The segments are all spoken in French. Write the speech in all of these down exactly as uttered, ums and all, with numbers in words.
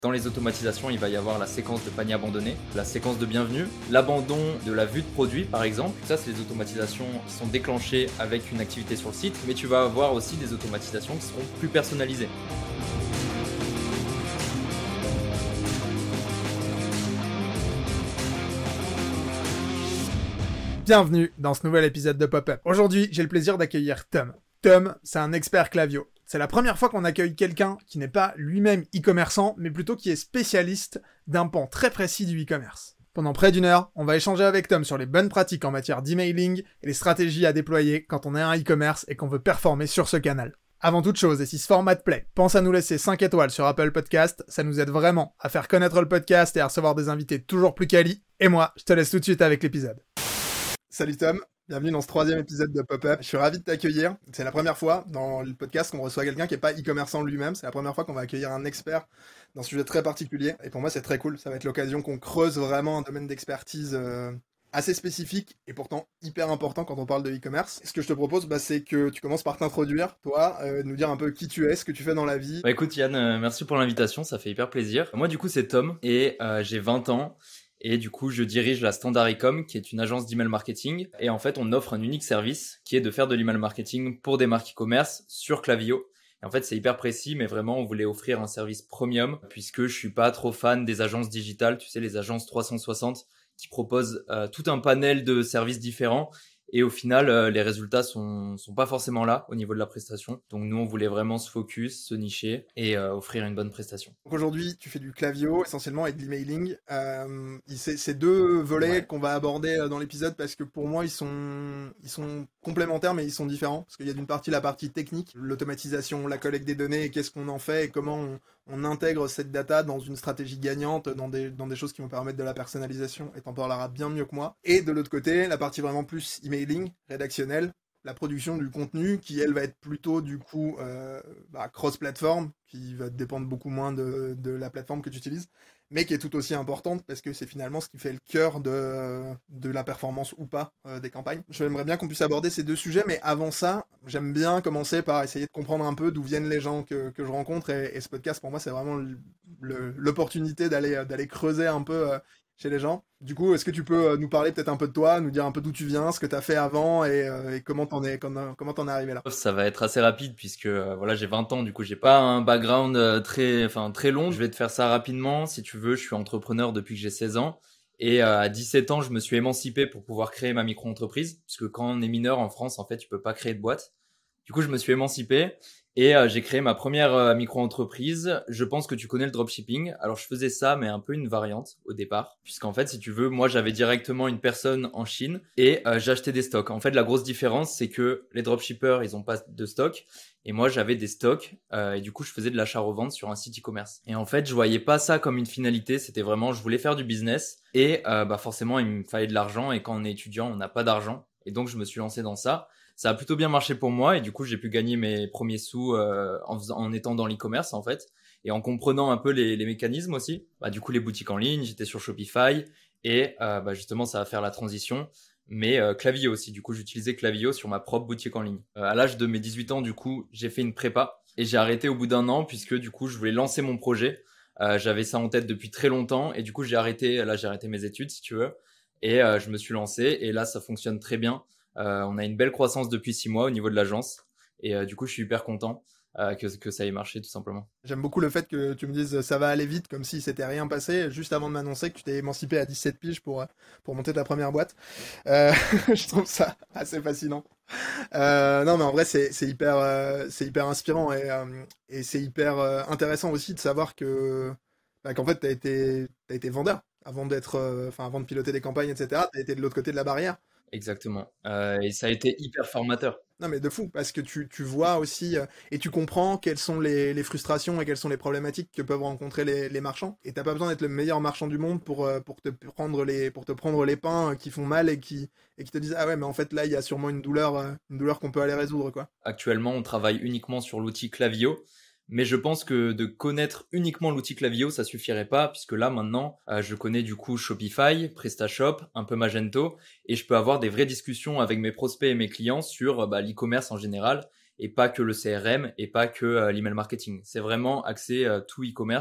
Dans les automatisations, il va y avoir la séquence de panier abandonné, la séquence de bienvenue, l'abandon de la vue de produit par exemple. Ça, c'est des automatisations qui sont déclenchées avec une activité sur le site, mais tu vas avoir aussi des automatisations qui seront plus personnalisées. Bienvenue dans ce nouvel épisode de Pop-Up. Aujourd'hui, j'ai le plaisir d'accueillir Tom. Tom, c'est un expert Klaviyo. C'est la première fois qu'on accueille quelqu'un qui n'est pas lui-même e-commerçant, mais plutôt qui est spécialiste d'un pan très précis du e-commerce. Pendant près d'une heure, on va échanger avec Tom sur les bonnes pratiques en matière d'emailing et les stratégies à déployer quand on est un e-commerce et qu'on veut performer sur ce canal. Avant toute chose, et si ce format te plaît, pense à nous laisser cinq étoiles sur Apple Podcast, ça nous aide vraiment à faire connaître le podcast et à recevoir des invités toujours plus quali. Et moi, je te laisse tout de suite avec l'épisode. Salut Tom, bienvenue dans ce troisième épisode de Pop-Up. Je suis ravi de t'accueillir. C'est la première fois dans le podcast qu'on reçoit quelqu'un qui n'est pas e-commerçant lui-même. C'est la première fois qu'on va accueillir un expert dans un sujet très particulier. Et pour moi, c'est très cool. Ça va être l'occasion qu'on creuse vraiment un domaine d'expertise euh, assez spécifique et pourtant hyper important quand on parle de e-commerce. Ce que je te propose, bah, c'est que tu commences par t'introduire, toi, euh, nous dire un peu qui tu es, ce que tu fais dans la vie. Bah écoute Yann, euh, merci pour l'invitation, ça fait hyper plaisir. Moi du coup c'est Tom et euh, j'ai vingt ans. Et du coup, je dirige la Standard Ecom, qui est une agence d'email marketing. Et en fait, on offre un unique service qui est de faire de l'email marketing pour des marques e-commerce sur Klaviyo. Et en fait, c'est hyper précis, mais vraiment, on voulait offrir un service premium puisque je suis pas trop fan des agences digitales, tu sais, les agences trois cent soixante qui proposent euh, tout un panel de services différents. Et au final, euh, les résultats sont sont pas forcément là au niveau de la prestation. Donc nous, on voulait vraiment se focus, se nicher et euh, offrir une bonne prestation. Donc aujourd'hui, tu fais du Klaviyo essentiellement et de l'emailing. Euh, c'est, c'est deux volets Ouais. qu'on va aborder dans l'épisode parce que pour moi, ils sont, ils sont complémentaires mais ils sont différents. Parce qu'il y a d'une partie la partie technique, l'automatisation, la collecte des données, et qu'est-ce qu'on en fait et comment on, on intègre cette data dans une stratégie gagnante, dans des, dans des choses qui vont permettre de la personnalisation, et t'en parleras bien mieux que moi. Et de l'autre côté, la partie vraiment plus emailing, rédactionnelle, la production du contenu qui elle va être plutôt du coup euh, bah, cross-platform, qui va dépendre beaucoup moins de, de la plateforme que tu utilises, mais qui est tout aussi importante parce que c'est finalement ce qui fait le cœur de, de la performance ou pas euh, des campagnes. J'aimerais bien qu'on puisse aborder ces deux sujets, mais avant ça, j'aime bien commencer par essayer de comprendre un peu d'où viennent les gens que, que je rencontre, et, et ce podcast pour moi c'est vraiment le, le, l'opportunité d'aller, d'aller creuser un peu euh, chez les gens. Du coup, est-ce que tu peux euh, nous parler peut-être un peu de toi, nous dire un peu d'où tu viens, ce que tu as fait avant et, euh, et comment t'en es, comment, comment t'en es arrivé là? Ça va être assez rapide puisque euh, voilà, j'ai vingt ans, du coup j'ai pas un background euh, très enfin très long. Je vais te faire ça rapidement si tu veux. Je suis entrepreneur depuis que j'ai seize ans et euh, à dix-sept ans, je me suis émancipé pour pouvoir créer ma micro-entreprise parce que quand on est mineur en France, en fait, tu peux pas créer de boîte. Du coup, je me suis émancipé et euh, j'ai créé ma première euh, micro-entreprise. Je pense que tu connais le dropshipping. Alors, je faisais ça, mais un peu une variante au départ. Puisqu'en fait, si tu veux, moi, j'avais directement une personne en Chine et euh, j'achetais des stocks. En fait, la grosse différence, c'est que les dropshippers, ils ont pas de stock. Et moi, j'avais des stocks euh, et du coup, je faisais de l'achat-revente sur un site e-commerce. Et en fait, je voyais pas ça comme une finalité. C'était vraiment, je voulais faire du business et euh, bah forcément, il me fallait de l'argent. Et quand on est étudiant, on n'a pas d'argent. Et donc, je me suis lancé dans ça. Ça a plutôt bien marché pour moi et du coup, j'ai pu gagner mes premiers sous euh, en, faisant, en étant dans l'e-commerce en fait et en comprenant un peu les, les mécanismes aussi. Bah, du coup, les boutiques en ligne, j'étais sur Shopify et euh, bah, justement, ça va faire la transition. Mais euh, Klaviyo aussi, du coup, j'utilisais Klaviyo sur ma propre boutique en ligne. Euh, à l'âge de mes dix-huit ans, du coup, j'ai fait une prépa et j'ai arrêté au bout d'un an puisque du coup, je voulais lancer mon projet. Euh, j'avais ça en tête depuis très longtemps et du coup, j'ai arrêté. Là, j'ai arrêté mes études, si tu veux, et euh, je me suis lancé et là, ça fonctionne très bien. Euh, on a une belle croissance depuis six mois au niveau de l'agence et euh, du coup je suis hyper content euh, que, que ça ait marché tout simplement. J'aime beaucoup le fait que tu me dises ça va aller vite, comme si s'était rien passé, juste avant de m'annoncer que tu t'es émancipé à dix-sept piges pour, pour monter ta première boîte. Euh, je trouve ça assez fascinant. Euh, non, mais en vrai, c'est, c'est hyper, euh, c'est hyper inspirant et, euh, et c'est hyper euh, intéressant aussi de savoir que, bah, qu'en fait, t'as été, t'as été vendeur avant d'être, euh, enfin, avant de piloter des campagnes, et cetera. T'as été de l'autre côté de la barrière. Exactement. Euh, et ça a été hyper formateur. Non, mais de fou, parce que tu, tu vois aussi euh, et tu comprends quelles sont les, les frustrations et quelles sont les problématiques que peuvent rencontrer les, les marchands. Et t'as pas besoin d'être le meilleur marchand du monde pour, euh, pour, te prendre les, pour te prendre les pains euh, qui font mal et qui, et qui te disent ah ouais, mais en fait là, il y a sûrement une douleur, euh, une douleur qu'on peut aller résoudre, quoi. Actuellement, on travaille uniquement sur l'outil Klaviyo. Mais je pense que de connaître uniquement l'outil Klaviyo, ça suffirait pas, puisque là, maintenant, euh, je connais du coup Shopify, PrestaShop, un peu Magento, et je peux avoir des vraies discussions avec mes prospects et mes clients sur bah, l'e-commerce en général, et pas que le C R M, et pas que euh, l'email marketing. C'est vraiment axé euh, tout e-commerce,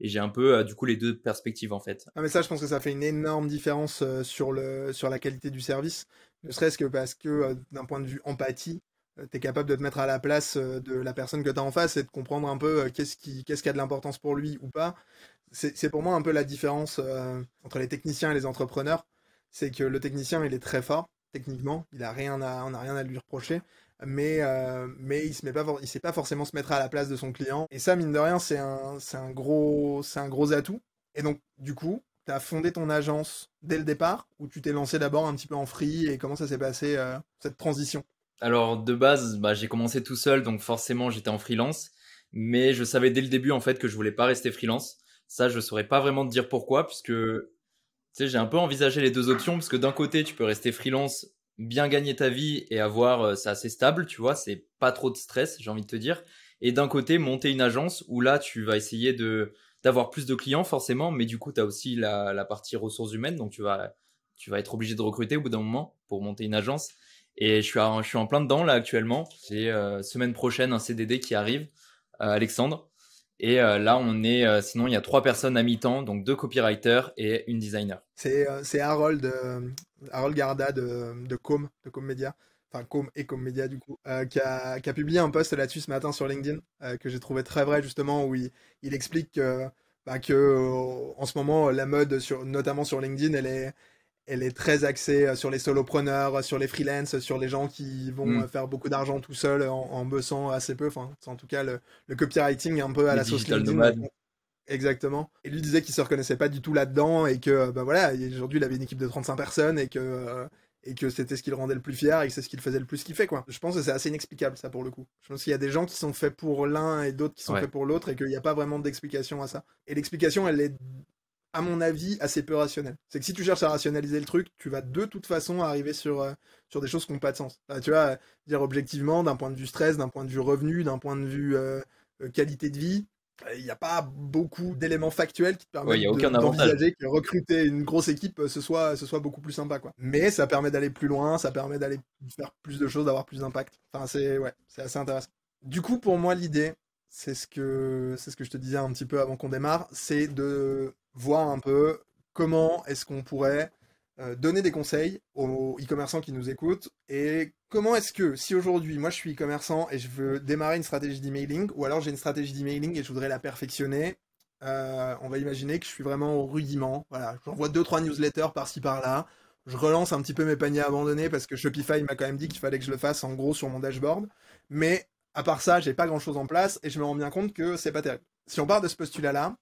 et j'ai un peu euh, du coup les deux perspectives en fait. Ah mais ça, je pense que ça fait une énorme différence euh, sur le, sur la qualité du service. Ne serait-ce que parce que euh, d'un point de vue empathie, tu es capable de te mettre à la place euh, de la personne que tu as en face et de comprendre un peu euh, qu'est-ce qui, qu'est-ce qui a de l'importance pour lui ou pas. C'est c'est pour moi un peu la différence euh, entre les techniciens et les entrepreneurs. C'est que le technicien, il est très fort techniquement, il a rien à, on n'a rien à lui reprocher, mais, euh, mais il se met pas, for- il sait pas forcément se mettre à la place de son client. Et ça, mine de rien, c'est un, c'est un gros, c'est un gros atout. Et donc, du coup, tu as fondé ton agence dès le départ ou tu t'es lancé d'abord un petit peu en free et comment ça s'est passé euh, cette transition? Alors de base, bah, j'ai commencé tout seul, donc forcément j'étais en freelance, mais je savais dès le début en fait que je voulais pas rester freelance. Ça, je saurais pas vraiment te dire pourquoi, puisque tu sais, j'ai un peu envisagé les deux options, parce que d'un côté, tu peux rester freelance, bien gagner ta vie et avoir, euh, c'est assez stable, tu vois, c'est pas trop de stress, j'ai envie de te dire. Et d'un côté, monter une agence où là, tu vas essayer de d'avoir plus de clients forcément, mais du coup, tu as aussi la, la partie ressources humaines, donc tu vas tu vas être obligé de recruter au bout d'un moment pour monter une agence. Et je suis en, je suis en plein dedans là actuellement. J'ai euh, semaine prochaine un C D D qui arrive, euh, Alexandre. Et euh, là, on est, euh, sinon, il y a trois personnes à mi-temps, donc deux copywriters et une designer. C'est euh, c'est Harold, euh, Harold Garda de, de Com, de Com Media, enfin Com et Com Media du coup, euh, qui a, qui a publié un post là-dessus ce matin sur LinkedIn, euh, que j'ai trouvé très vrai justement, où il, il explique que, bah, que euh, en ce moment, la mode, sur, notamment sur LinkedIn, elle est, elle est très axée euh, sur les solopreneurs, euh, sur les freelances, sur les gens qui vont Hmm. euh, faire beaucoup d'argent tout seuls en, en bossant assez peu. Enfin, c'est en tout cas le, le copywriting un peu à Les la sauce digital LinkedIn. nomades. Exactement. Et lui disait qu'il se reconnaissait pas du tout là-dedans et que bah voilà, aujourd'hui il avait une équipe de trente-cinq personnes et que euh, et que c'était ce qui le rendait le plus fier et que c'est ce qui le faisait le plus kiffer quoi. Je pense que c'est assez inexplicable ça pour le coup. Je pense qu'il y a des gens qui sont faits pour l'un et d'autres qui sont Ouais. faits pour l'autre et qu'il n'y a pas vraiment d'explication à ça. Et l'explication elle est à mon avis assez peu rationnelle. C'est que si tu cherches à rationaliser le truc, tu vas de toute façon arriver sur euh, sur des choses qui n'ont pas de sens. Enfin, tu vois, dire objectivement d'un point de vue stress, d'un point de vue revenu, d'un point de vue euh, euh, qualité de vie, il n'y a pas beaucoup d'éléments factuels qui te Ouais, il y permettent a de- aucun avantage. d'envisager que recruter une grosse équipe, euh, ce soit, ce soit beaucoup plus sympa, quoi. Mais ça permet d'aller plus loin, ça permet d'aller faire plus de choses, d'avoir plus d'impact. Enfin, c'est, ouais, c'est assez intéressant. Du coup, pour moi, l'idée, c'est ce que, c'est ce que je te disais un petit peu avant qu'on démarre, c'est de voir un peu comment est-ce qu'on pourrait euh, donner des conseils aux e-commerçants qui nous écoutent et comment est-ce que si aujourd'hui moi je suis e-commerçant et je veux démarrer une stratégie d'emailing ou alors j'ai une stratégie d'emailing et je voudrais la perfectionner, euh, on va imaginer que je suis vraiment au rudiment, voilà, j'envoie deux trois newsletters par-ci par-là, je relance un petit peu mes paniers abandonnés parce que Shopify m'a quand même dit qu'il fallait que je le fasse en gros sur mon dashboard, mais à part ça j'ai pas grand-chose en place et je me rends bien compte que c'est pas terrible. Si on part de ce postulat-là,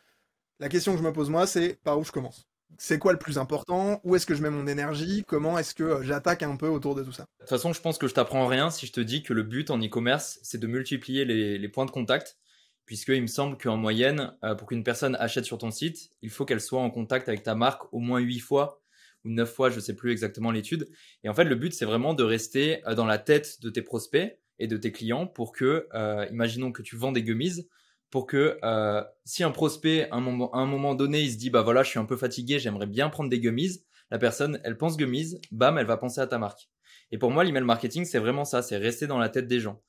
la question que je me pose moi, c'est par où je commence. C'est quoi le plus important? Où est-ce que je mets mon énergie? Comment est-ce que euh, j'attaque un peu autour de tout ça? De toute façon, je pense que je t'apprends rien si je te dis que le but en e-commerce, c'est de multiplier les, les points de contact, puisqu'il me semble qu'en moyenne, euh, pour qu'une personne achète sur ton site, il faut qu'elle soit en contact avec ta marque au moins huit fois ou neuf fois, je ne sais plus exactement l'étude. Et en fait, le but, c'est vraiment de rester euh, dans la tête de tes prospects et de tes clients pour que, euh, imaginons que tu vends des gummies, pour que euh, si un prospect, à un moment, à un moment donné, il se dit, bah voilà, je suis un peu fatigué, j'aimerais bien prendre des gummies, la personne, elle pense gummies, bam, elle va penser à ta marque. Et pour moi, l'email marketing, c'est vraiment ça, c'est rester dans la tête des gens.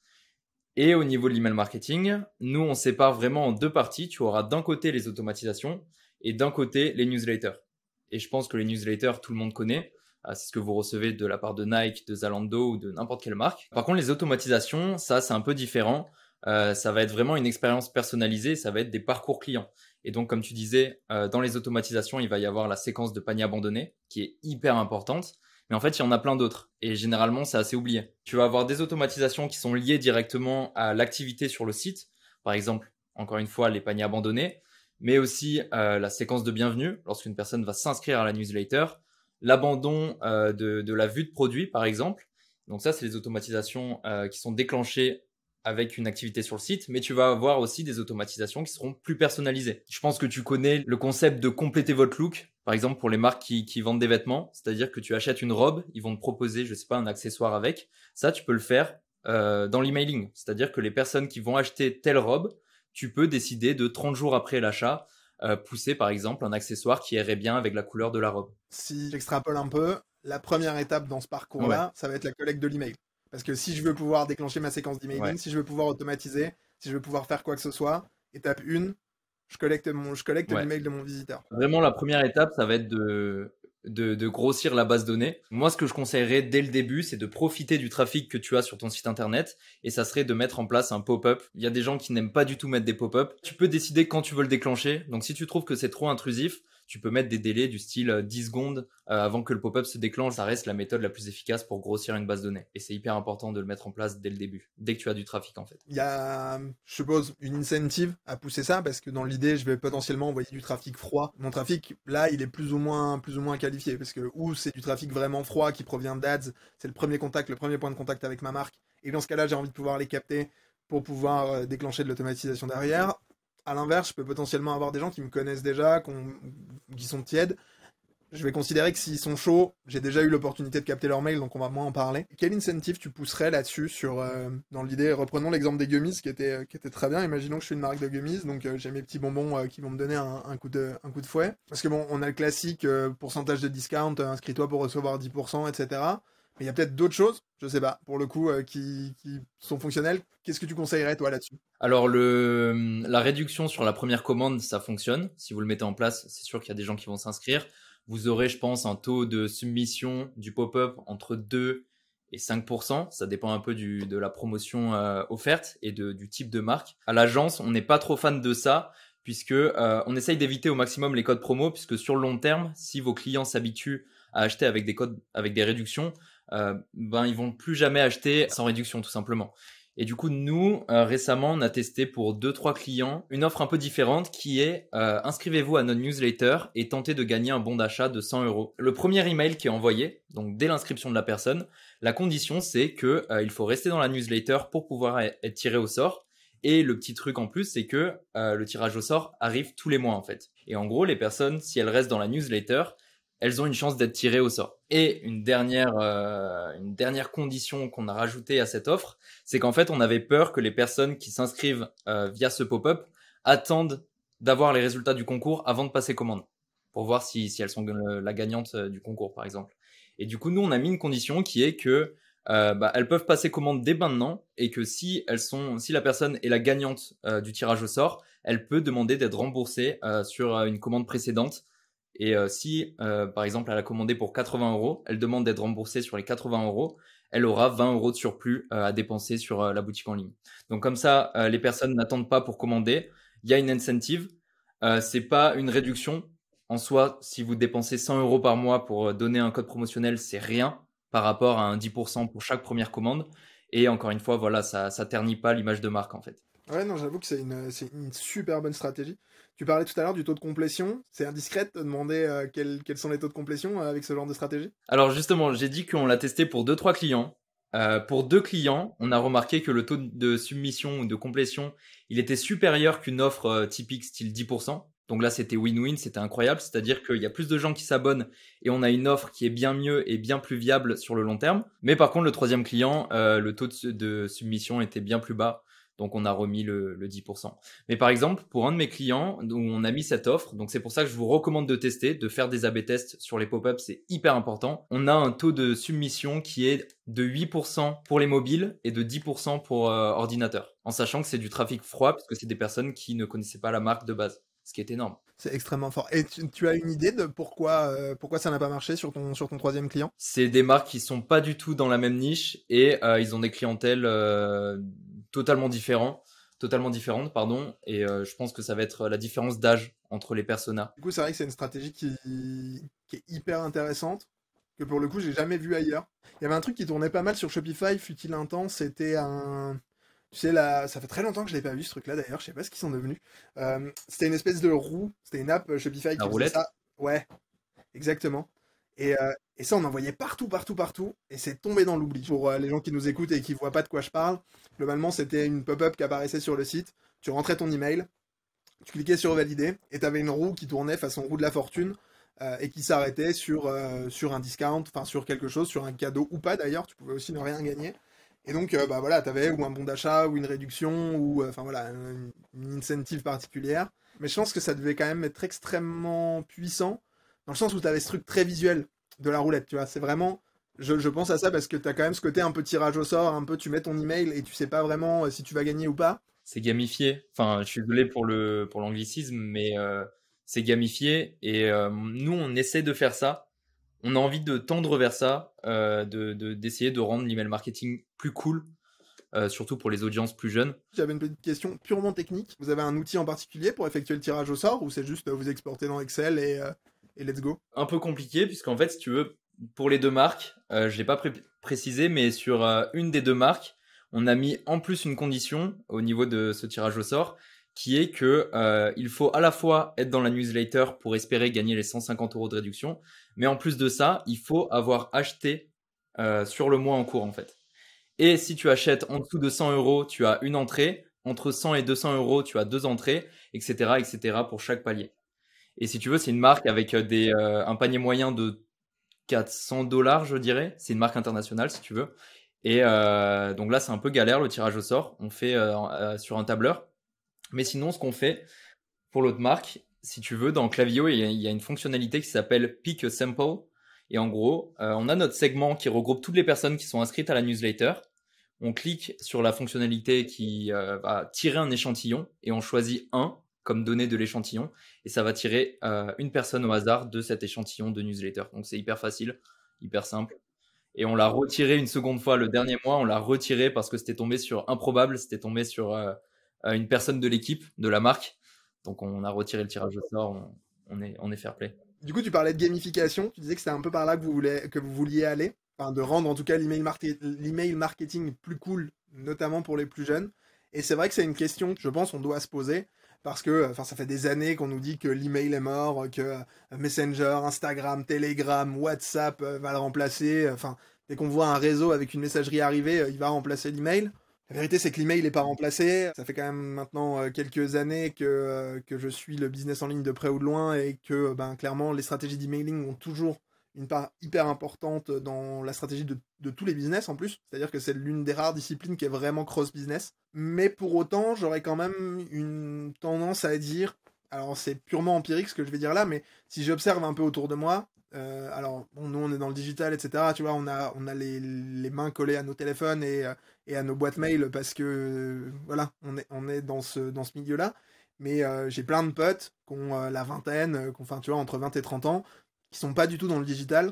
Et au niveau de l'email marketing, nous, on sépare vraiment en deux parties. Tu auras d'un côté les automatisations et d'un côté les newsletters. Et je pense que les newsletters, tout le monde connaît. Ah, c'est ce que vous recevez de la part de Nike, de Zalando ou de n'importe quelle marque. Par contre, les automatisations, ça, c'est un peu différent. Euh, ça va être vraiment une expérience personnalisée, ça va être des parcours clients. Et donc, comme tu disais, euh, dans les automatisations, il va y avoir la séquence de panier abandonné qui est hyper importante. Mais en fait, il y en a plein d'autres. Et généralement, c'est assez oublié. Tu vas avoir des automatisations qui sont liées directement à l'activité sur le site. Par exemple, encore une fois, les paniers abandonnés. Mais aussi euh, la séquence de bienvenue, lorsqu'une personne va s'inscrire à la newsletter. L'abandon euh, de, de la vue de produit, par exemple. Donc ça, c'est les automatisations euh, qui sont déclenchées avec une activité sur le site, mais tu vas avoir aussi des automatisations qui seront plus personnalisées. Je pense que tu connais le concept de compléter votre look, par exemple pour les marques qui, qui vendent des vêtements, c'est-à-dire que tu achètes une robe, ils vont te proposer, je sais pas, un accessoire avec. Ça, tu peux le faire euh, dans l'emailing, c'est-à-dire que les personnes qui vont acheter telle robe, tu peux décider de trente jours après l'achat, euh, pousser par exemple un accessoire qui irait bien avec la couleur de la robe. Si j'extrapole un peu, la première étape dans ce Ouais, parcours-là, ça va être la collecte de l'email. Parce que si je veux pouvoir déclencher ma séquence ouais, d'emailing, si je veux pouvoir automatiser, si je veux pouvoir faire quoi que ce soit, étape un, je collecte, mon, je collecte Ouais. l'email de mon visiteur. Vraiment, la première étape, ça va être de, de, de grossir la base de données. Moi, ce que je conseillerais dès le début, c'est de profiter du trafic que tu as sur ton site internet, et ça serait de mettre en place un pop-up. Il y a des gens qui n'aiment pas du tout mettre des pop-up. Tu peux décider quand tu veux le déclencher. Donc, si tu trouves que c'est trop intrusif, tu peux mettre des délais du style euh, dix secondes euh, avant que le pop-up se déclenche. Ça reste la méthode la plus efficace pour grossir une base de données. Et c'est hyper important de le mettre en place dès le début, dès que tu as du trafic en fait. Il y a, je suppose, une incentive à pousser ça, parce que dans l'idée, je vais potentiellement envoyer du trafic froid. Mon trafic, là, il est plus ou moins, plus ou moins qualifié, parce que ou c'est du trafic vraiment froid qui provient d'ads, c'est le premier contact, le premier point de contact avec ma marque, et dans ce cas-là, j'ai envie de pouvoir les capter pour pouvoir euh, déclencher de l'automatisation derrière. À l'inverse, je peux potentiellement avoir des gens qui me connaissent déjà, qu'on- qui sont tièdes. Je vais considérer que s'ils sont chauds, j'ai déjà eu l'opportunité de capter leur mail, donc on va moins en parler. Quel incentive tu pousserais là-dessus sur, euh, dans l'idée, reprenons l'exemple des gummies qui était, euh, qui était très bien. Imaginons que je suis une marque de gummies, donc euh, j'ai mes petits bonbons euh, qui vont me donner un, un coup de, un coup de fouet. Parce que bon, on a le classique euh, pourcentage de discount, euh, inscris-toi pour recevoir dix pour cent, et cetera. Mais il y a peut-être d'autres choses, je sais pas, pour le coup, euh, qui, qui sont fonctionnelles. Qu'est-ce que tu conseillerais toi là-dessus? Alors le, la réduction sur la première commande, ça fonctionne. Si vous le mettez en place, c'est sûr qu'il y a des gens qui vont s'inscrire. Vous aurez, je pense, un taux de submission du pop-up entre deux et cinq pour cent. Ça dépend un peu du, de la promotion euh, offerte et de, du type de marque. À l'agence, on n'est pas trop fan de ça puisque euh, on essaye d'éviter au maximum les codes promo, puisque sur le long terme, si vos clients s'habituent à acheter avec des codes, avec des réductions, euh, ben ils vont plus jamais acheter sans réduction tout simplement. Et du coup, nous, euh, récemment, on a testé pour deux trois clients une offre un peu différente qui est euh, inscrivez-vous à notre newsletter et tentez de gagner un bon d'achat de cent euros. Le premier email qui est envoyé, donc dès l'inscription de la personne, la condition c'est que euh, il faut rester dans la newsletter pour pouvoir être tiré au sort. Et le petit truc en plus, c'est que euh, le tirage au sort arrive tous les mois en fait. Et en gros, les personnes, si elles restent dans la newsletter, elles ont une chance d'être tirées au sort. Et une dernière, euh, une dernière condition qu'on a rajoutée à cette offre, c'est qu'en fait, on avait peur que les personnes qui s'inscrivent euh, via ce pop-up attendent d'avoir les résultats du concours avant de passer commande, pour voir si, si elles sont euh, la gagnante euh, du concours, par exemple. Et du coup, nous, on a mis une condition qui est que euh, bah, elles peuvent passer commande dès maintenant, et que si elles sont, si la personne est la gagnante euh, du tirage au sort, elle peut demander d'être remboursée euh, sur euh, une commande précédente. Et euh, si, euh, par exemple, elle a commandé pour quatre-vingts euros, elle demande d'être remboursée sur les quatre-vingts euros, elle aura vingt euros de surplus euh, à dépenser sur euh, la boutique en ligne. Donc comme ça, euh, les personnes n'attendent pas pour commander. Il y a une incentive. Euh, c'est pas une réduction. En soi, si vous dépensez cent euros par mois pour euh, donner un code promotionnel, c'est rien par rapport à un dix pour cent pour chaque première commande. Et encore une fois, voilà, ça, ça ternit pas l'image de marque en fait. Ouais, non, j'avoue que c'est une, c'est une super bonne stratégie. Tu parlais tout à l'heure du taux de complétion. C'est indiscret de te demander euh, quels, quels sont les taux de complétion euh, avec ce genre de stratégie? Alors justement, j'ai dit qu'on l'a testé pour deux trois clients. Euh, pour deux clients, on a remarqué que le taux de submission ou de complétion, il était supérieur qu'une offre euh, typique style dix pour cent. Donc là, c'était win-win, c'était incroyable. C'est-à-dire qu'il y a plus de gens qui s'abonnent et on a une offre qui est bien mieux et bien plus viable sur le long terme. Mais par contre, le troisième client, euh, le taux de, de submission était bien plus bas. Donc on a remis le, le dix pour cent. Mais par exemple, pour un de mes clients, où on a mis cette offre, donc c'est pour ça que je vous recommande de tester, de faire des A B tests sur les pop-ups, c'est hyper important. On a un taux de submission qui est de huit pour cent pour les mobiles et de dix pour cent pour euh, ordinateur, en sachant que c'est du trafic froid, parce que c'est des personnes qui ne connaissaient pas la marque de base, ce qui est énorme. C'est extrêmement fort. Et tu, tu as une idée de pourquoi, euh, pourquoi ça n'a pas marché sur ton, sur ton troisième client? C'est des marques qui sont pas du tout dans la même niche et euh, ils ont des clientèles euh, totalement différentes, totalement différentes, pardon. Et euh, je pense que ça va être la différence d'âge entre les personas. Du coup, c'est vrai que c'est une stratégie qui, qui est hyper intéressante, que pour le coup, j'ai jamais vu ailleurs. Il y avait un truc qui tournait pas mal sur Shopify, fut-il un temps, c'était un... Tu sais, là, ça fait très longtemps que je l'ai pas vu ce truc-là d'ailleurs, je sais pas ce qu'ils sont devenus. Euh, c'était une espèce de roue, c'était une app Shopify La qui faisait roulette. ça. Ouais, exactement. Et, euh, et ça, on en voyait partout, partout, partout, et c'est tombé dans l'oubli. Pour euh, les gens qui nous écoutent et qui voient pas de quoi je parle, globalement, c'était une pop-up qui apparaissait sur le site. Tu rentrais ton email, tu cliquais sur valider, et tu avais une roue qui tournait façon roue de la fortune, euh, et qui s'arrêtait sur, euh, sur un discount, enfin sur quelque chose, sur un cadeau ou pas d'ailleurs, tu pouvais aussi ne rien gagner. Et donc, euh, bah voilà, tu avais ou un bon d'achat, ou une réduction, ou euh, enfin voilà, une, une incentive particulière. Mais je pense que ça devait quand même être extrêmement puissant, dans le sens où tu avais ce truc très visuel de la roulette, tu vois. C'est vraiment, je, je pense à ça parce que tu as quand même ce côté un peu tirage au sort, un peu tu mets ton email et tu sais pas vraiment euh, si tu vas gagner ou pas. c'est gamifié. Enfin, je suis désolé pour le pour l'anglicisme, mais euh, c'est gamifié et euh, nous on essaie de faire ça. On a envie de tendre vers ça, euh, de, de- d'essayer de rendre l'email marketing plus cool, euh, surtout pour les audiences plus jeunes. J'avais une petite question purement technique. Vous avez un outil en particulier pour effectuer le tirage au sort ou c'est juste euh, vous exporter dans Excel et, euh, et let's go? Un peu compliqué puisqu'en fait, si tu veux, pour les deux marques, euh, je l'ai pas pré- précisé, mais sur euh, une des deux marques, on a mis en plus une condition au niveau de ce tirage au sort, qui est que euh, il faut à la fois être dans la newsletter pour espérer gagner les cent cinquante euros de réduction, mais en plus de ça, il faut avoir acheté euh, sur le mois en cours en fait. Et si tu achètes en dessous de cent euros, tu as une entrée. Entre cent et deux cents euros, tu as deux entrées, et cetera, et cetera pour chaque palier. Et si tu veux, c'est une marque avec euh, des, euh, un panier moyen de quatre cents dollars, je dirais. C'est une marque internationale, si tu veux. Et euh, donc là, c'est un peu galère le tirage au sort. On fait euh, euh, sur un tableur. Mais sinon, ce qu'on fait pour l'autre marque, si tu veux, dans Klaviyo, il y a, il y a une fonctionnalité qui s'appelle Pick a Sample. Et en gros, euh, on a notre segment qui regroupe toutes les personnes qui sont inscrites à la newsletter. On clique sur la fonctionnalité qui euh, va tirer un échantillon et on choisit un comme donnée de l'échantillon et ça va tirer euh, une personne au hasard de cet échantillon de newsletter. Donc c'est hyper facile, hyper simple. Et on l'a retiré une seconde fois le dernier mois, on l'a retiré parce que c'était tombé sur improbable, c'était tombé sur euh, une personne de l'équipe, de la marque. Donc on a retiré le tirage au sort, on, on est, on est fair play. Du coup, tu parlais de gamification. Tu disais que c'était un peu par là que vous, voulez, que vous vouliez aller. Enfin, de rendre en tout cas l'email, market- l'email marketing plus cool, notamment pour les plus jeunes. Et c'est vrai que c'est une question que je pense on doit se poser. Parce que enfin, ça fait des années qu'on nous dit que l'email est mort, que euh, Messenger, Instagram, Telegram, WhatsApp euh, va le remplacer. Enfin, dès qu'on voit un réseau avec une messagerie arriver, euh, il va remplacer l'email. La vérité, c'est que l'email n'est pas remplacé. Ça fait quand même maintenant euh, quelques années que, euh, que je suis le business en ligne de près ou de loin et que ben, clairement, les stratégies d'emailing ont toujours une part hyper importante dans la stratégie de, de tous les business en plus. C'est-à-dire que c'est l'une des rares disciplines qui est vraiment cross-business. Mais pour autant, j'aurais quand même une tendance à dire, alors c'est purement empirique ce que je vais dire là, mais si j'observe un peu autour de moi, euh, alors bon, nous on est dans le digital, et cetera. Tu vois, on a, on a les, les mains collées à nos téléphones et, euh, et à nos boîtes mail parce que euh, voilà, on est, on est dans ce, dans ce milieu-là. Mais euh, j'ai plein de potes qui ont euh, la vingtaine, euh, qui ont, enfin, tu vois, entre vingt et trente ans, qui sont pas du tout dans le digital.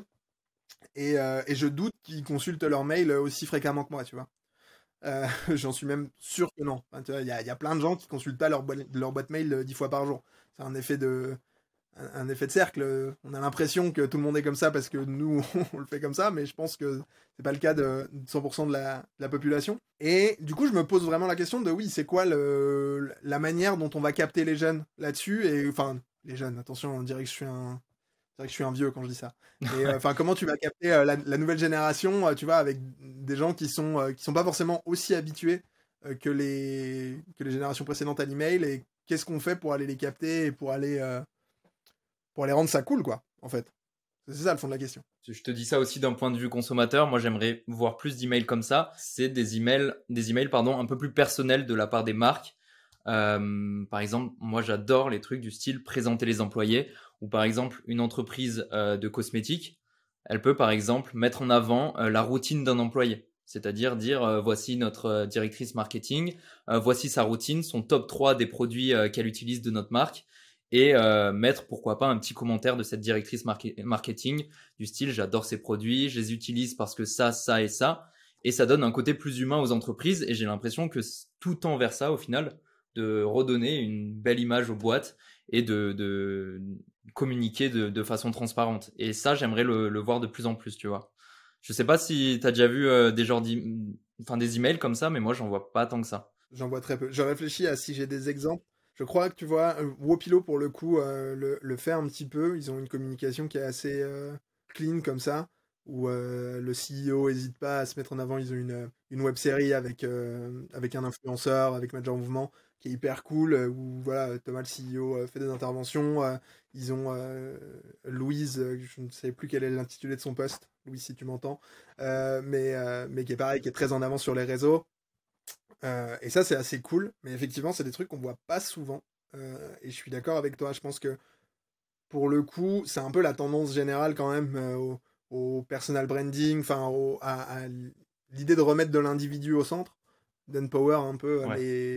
Et, euh, et je doute qu'ils consultent leur mail aussi fréquemment que moi, tu vois. Euh, j'en suis même sûr que non. Enfin, tu vois, il y a, il y a plein de gens qui consultent pas leur, boi- leur boîte mail euh, dix fois par jour. C'est un effet de, un, un effet de cercle. On a l'impression que tout le monde est comme ça parce que nous, on le fait comme ça, mais je pense que c'est pas le cas de cent pour cent de la, de la population. Et du coup, je me pose vraiment la question de oui, c'est quoi le, la manière dont on va capter les jeunes là-dessus et enfin les jeunes. Attention, on dirait que je suis un, c'est vrai que je suis un vieux quand je dis ça. Mais euh, enfin, comment tu vas capter euh, la, la nouvelle génération, euh, tu vois, avec des gens qui sont euh, qui sont pas forcément aussi habitués euh, que les que les générations précédentes à l'email et qu'est-ce qu'on fait pour aller les capter et pour aller euh, pour aller rendre ça cool, quoi, en fait. C'est ça le fond de la question. Je te dis ça aussi d'un point de vue consommateur. Moi, j'aimerais voir plus d'emails comme ça. C'est des emails, des emails pardon, un peu plus personnels de la part des marques. Euh, par exemple, moi, j'adore les trucs du style présenter les employés. Ou par exemple, une entreprise euh, de cosmétiques, elle peut par exemple mettre en avant euh, la routine d'un employé. C'est-à-dire dire, euh, voici notre euh, directrice marketing, euh, voici sa routine, son top trois des produits euh, qu'elle utilise de notre marque et euh, mettre pourquoi pas un petit commentaire de cette directrice marque- marketing du style j'adore ces produits, je les utilise parce que ça, ça et ça. Et ça donne un côté plus humain aux entreprises et j'ai l'impression que tout tend vers ça au final, de redonner une belle image aux boîtes et de, de communiquer de, de façon transparente. Et ça, j'aimerais le, le voir de plus en plus, tu vois. Je sais pas si tu as déjà vu euh, des genres d'e- enfin des emails comme ça, mais moi j'en vois pas tant que ça. J'en vois très peu. Je réfléchis à si j'ai des exemples. Je crois que tu vois, euh, Wopilo pour le coup euh, le, le fait un petit peu. Ils ont une communication qui est assez euh, clean comme ça, où euh, le C E O n'hésite pas à se mettre en avant. Ils ont une, une web série avec, euh, avec un influenceur, avec Manager Mouvement, qui est hyper cool, euh, où voilà, Thomas le C E O euh, fait des interventions. Euh, ils ont euh, Louise, euh, je ne sais plus quel est l'intitulé de son poste, Louise si tu m'entends, euh, mais, euh, mais qui est pareil, qui est très en avant sur les réseaux. Euh, et ça, c'est assez cool, mais effectivement, c'est des trucs qu'on voit pas souvent. Euh, et je suis d'accord avec toi. Je pense que pour le coup, c'est un peu la tendance générale quand même euh, au, au personal branding, enfin au- à, à l'idée de remettre de l'individu au centre, d'empower un peu Ouais. les,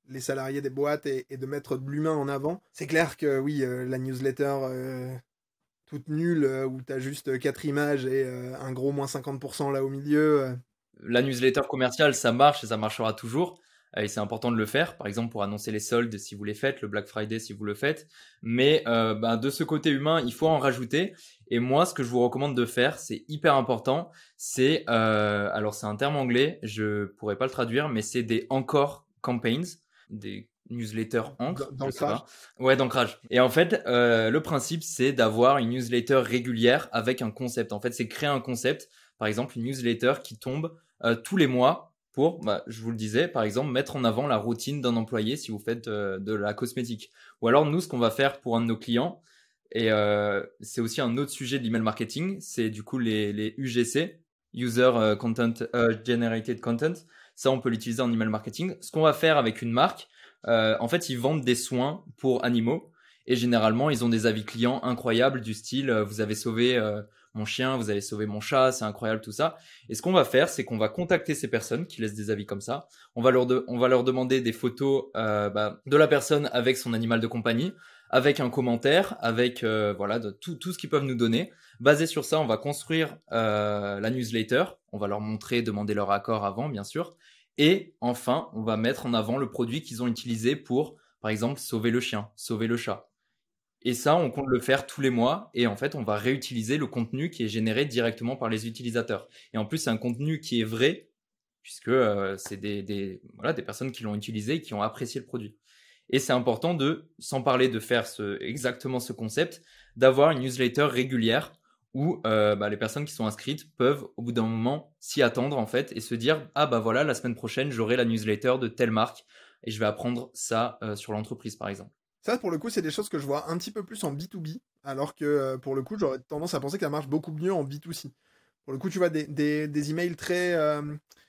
les salariés des boîtes et, et de mettre de l'humain en avant. C'est clair que oui, euh, la newsletter euh, toute nulle euh, où t'as juste quatre images et euh, un gros moins cinquante pour cent là au milieu. euh. La newsletter commerciale, ça marche et ça marchera toujours. Euh, Et c'est important de le faire, par exemple pour annoncer les soldes si vous les faites, le Black Friday si vous le faites. Mais euh, bah, de ce côté humain, il faut en rajouter. Et moi, ce que je vous recommande de faire, c'est hyper important. C'est, euh, alors c'est un terme anglais, je pourrais pas le traduire, mais c'est des encore campaigns, des newsletters encre, je sais D'ancrage. pas. Ouais, d'ancrage. Et en fait, euh, le principe, c'est d'avoir une newsletter régulière avec un concept. En fait, c'est créer un concept, par exemple une newsletter qui tombe euh, tous les mois pour, bah, je vous le disais, par exemple, mettre en avant la routine d'un employé si vous faites euh, de la cosmétique. Ou alors, nous, ce qu'on va faire pour un de nos clients, et euh, c'est aussi un autre sujet de l'email marketing, c'est du coup les, les U G C, User euh, Content euh, Generated Content. Ça, on peut l'utiliser en email marketing. Ce qu'on va faire avec une marque, euh, en fait, ils vendent des soins pour animaux. Et généralement, ils ont des avis clients incroyables du style, euh, vous avez sauvé euh, mon chien, vous avez sauvé mon chat, c'est incroyable tout ça. Et ce qu'on va faire, c'est qu'on va contacter ces personnes qui laissent des avis comme ça. On va leur, de- on va leur demander des photos euh, bah, de la personne avec son animal de compagnie, avec un commentaire, avec euh, voilà de tout, tout ce qu'ils peuvent nous donner. Basé sur ça, on va construire euh, la newsletter. On va leur montrer, demander leur accord avant, bien sûr. Et enfin, on va mettre en avant le produit qu'ils ont utilisé pour, par exemple, sauver le chien, sauver le chat. Et ça, on compte le faire tous les mois. Et en fait, on va réutiliser le contenu qui est généré directement par les utilisateurs. Et en plus, c'est un contenu qui est vrai, puisque euh, c'est des, des, voilà, des personnes qui l'ont utilisé et qui ont apprécié le produit. Et c'est important de, sans parler de faire ce, exactement ce concept, d'avoir une newsletter régulière où euh, bah, les personnes qui sont inscrites peuvent au bout d'un moment s'y attendre en fait et se dire ah bah voilà la semaine prochaine j'aurai la newsletter de telle marque et je vais apprendre ça euh, sur l'entreprise par exemple. Ça, pour le coup, c'est des choses que je vois un petit peu plus en B deux B, alors que euh, pour le coup, j'aurais tendance à penser que ça marche beaucoup mieux en B deux C. Pour le coup, tu vois, des, des, des emails très, euh,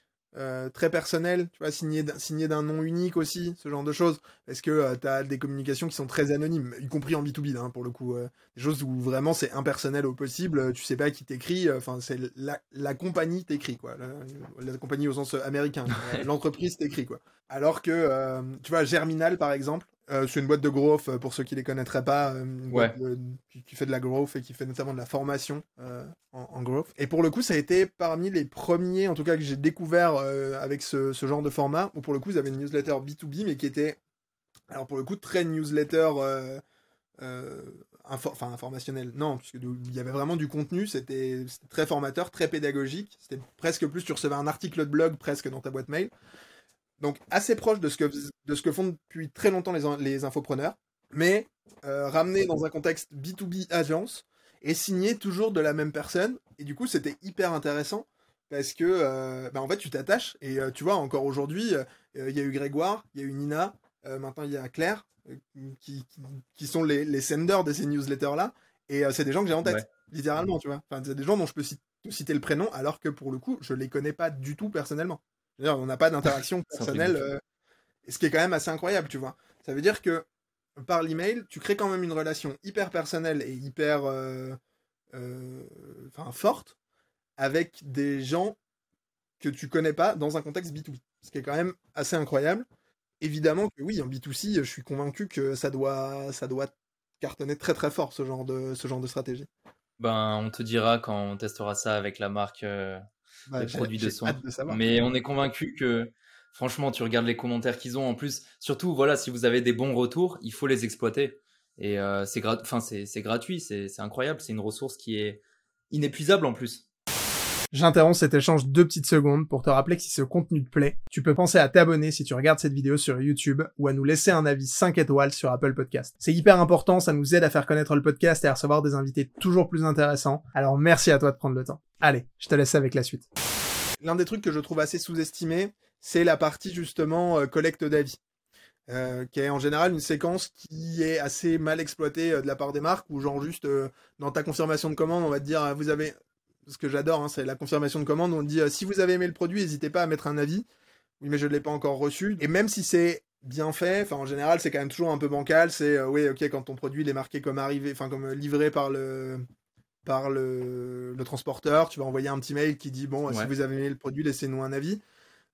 euh, très personnels, tu vois, signés d'un signés d'un nom unique aussi, ce genre de choses. Parce que euh, tu as des communications qui sont très anonymes, y compris en B deux B, hein, pour le coup. euh, des choses où vraiment c'est impersonnel au possible, euh, tu sais pas qui t'écrit, euh, enfin, c'est la, la compagnie t'écrit, quoi. La, la compagnie au sens américain, euh, l'entreprise t'écrit, quoi. Alors que, euh, tu vois, Germinal, par exemple, euh, c'est une boîte de growth, euh, pour ceux qui les connaîtraient pas, euh, une boîte Ouais. de- qui, qui fait de la growth et qui fait notamment de la formation euh, en, en growth. Et pour le coup, ça a été parmi les premiers, en tout cas, que j'ai découvert euh, avec ce, ce genre de format, où pour le coup, ils avaient une newsletter B deux B, mais qui était, alors pour le coup, très newsletter, euh, euh, info- enfin informationnel. Non, puisque il y avait vraiment du contenu, c'était c'était très formateur, très pédagogique. C'était presque plus, tu recevais un article de blog presque dans ta boîte mail. Donc assez proche de ce que, de ce que font depuis très longtemps les, les infopreneurs, mais euh, ramené dans un contexte B deux B agence et signé toujours de la même personne. Et du coup, c'était hyper intéressant parce que euh, bah, en fait, tu t'attaches et euh, tu vois, encore aujourd'hui, euh, il y a eu Grégoire, il y a eu Nina, euh, maintenant il y a Claire, euh, qui, qui, qui sont les, les senders de ces newsletters-là. Et euh, c'est des gens que j'ai en Ouais. tête, littéralement, tu vois. Enfin, c'est des gens dont je peux citer, citer le prénom, alors que pour le coup, je les connais pas du tout personnellement. C'est-à-dire, on n'a pas d'interaction C'est un truc personnelle, de fou. euh, ce qui est quand même assez incroyable, tu vois. Ça veut dire que par l'email, tu crées quand même une relation hyper personnelle et hyper euh, euh, enfin, forte avec des gens que tu connais pas dans un contexte B deux B. Ce qui est quand même assez incroyable. Évidemment que oui, en B deux C, je suis convaincu que ça doit, ça doit cartonner très très fort ce genre de, ce genre de stratégie. Ben on te dira quand on testera ça avec la marque euh, Bah, de j'ai produits de j'ai soins. hâte de savoir. Mais on est convaincu que, franchement, tu regardes les commentaires qu'ils ont. En plus, surtout, voilà, si vous avez des bons retours, il faut les exploiter. Et euh, c'est grat- enfin, c'est c'est gratuit, c'est c'est incroyable. C'est une ressource qui est inépuisable en plus. J'interromps cet échange deux petites secondes pour te rappeler que si ce contenu te plaît, tu peux penser à t'abonner si tu regardes cette vidéo sur YouTube ou à nous laisser un avis cinq étoiles sur Apple Podcast. C'est hyper important, ça nous aide à faire connaître le podcast et à recevoir des invités toujours plus intéressants. Alors merci à toi de prendre le temps. Allez, je te laisse avec la suite. L'un des trucs que je trouve assez sous-estimé, c'est la partie justement euh, collecte d'avis. Euh, qui est en général une séquence qui est assez mal exploitée euh, de la part des marques, où genre juste euh, dans ta confirmation de commande, on va te dire, ah, vous avez, ce que j'adore, hein, c'est la confirmation de commande, on te dit, euh, si vous avez aimé le produit, n'hésitez pas à mettre un avis. Oui, mais je ne l'ai pas encore reçu. Et même si c'est bien fait, enfin en général, c'est quand même toujours un peu bancal. C'est, euh, oui, ok, quand ton produit il est marqué comme arrivé, enfin comme euh, livré par le par le, le transporteur, tu vas envoyer un petit mail qui dit, bon, si Ouais. vous avez aimé le produit, laissez-nous un avis.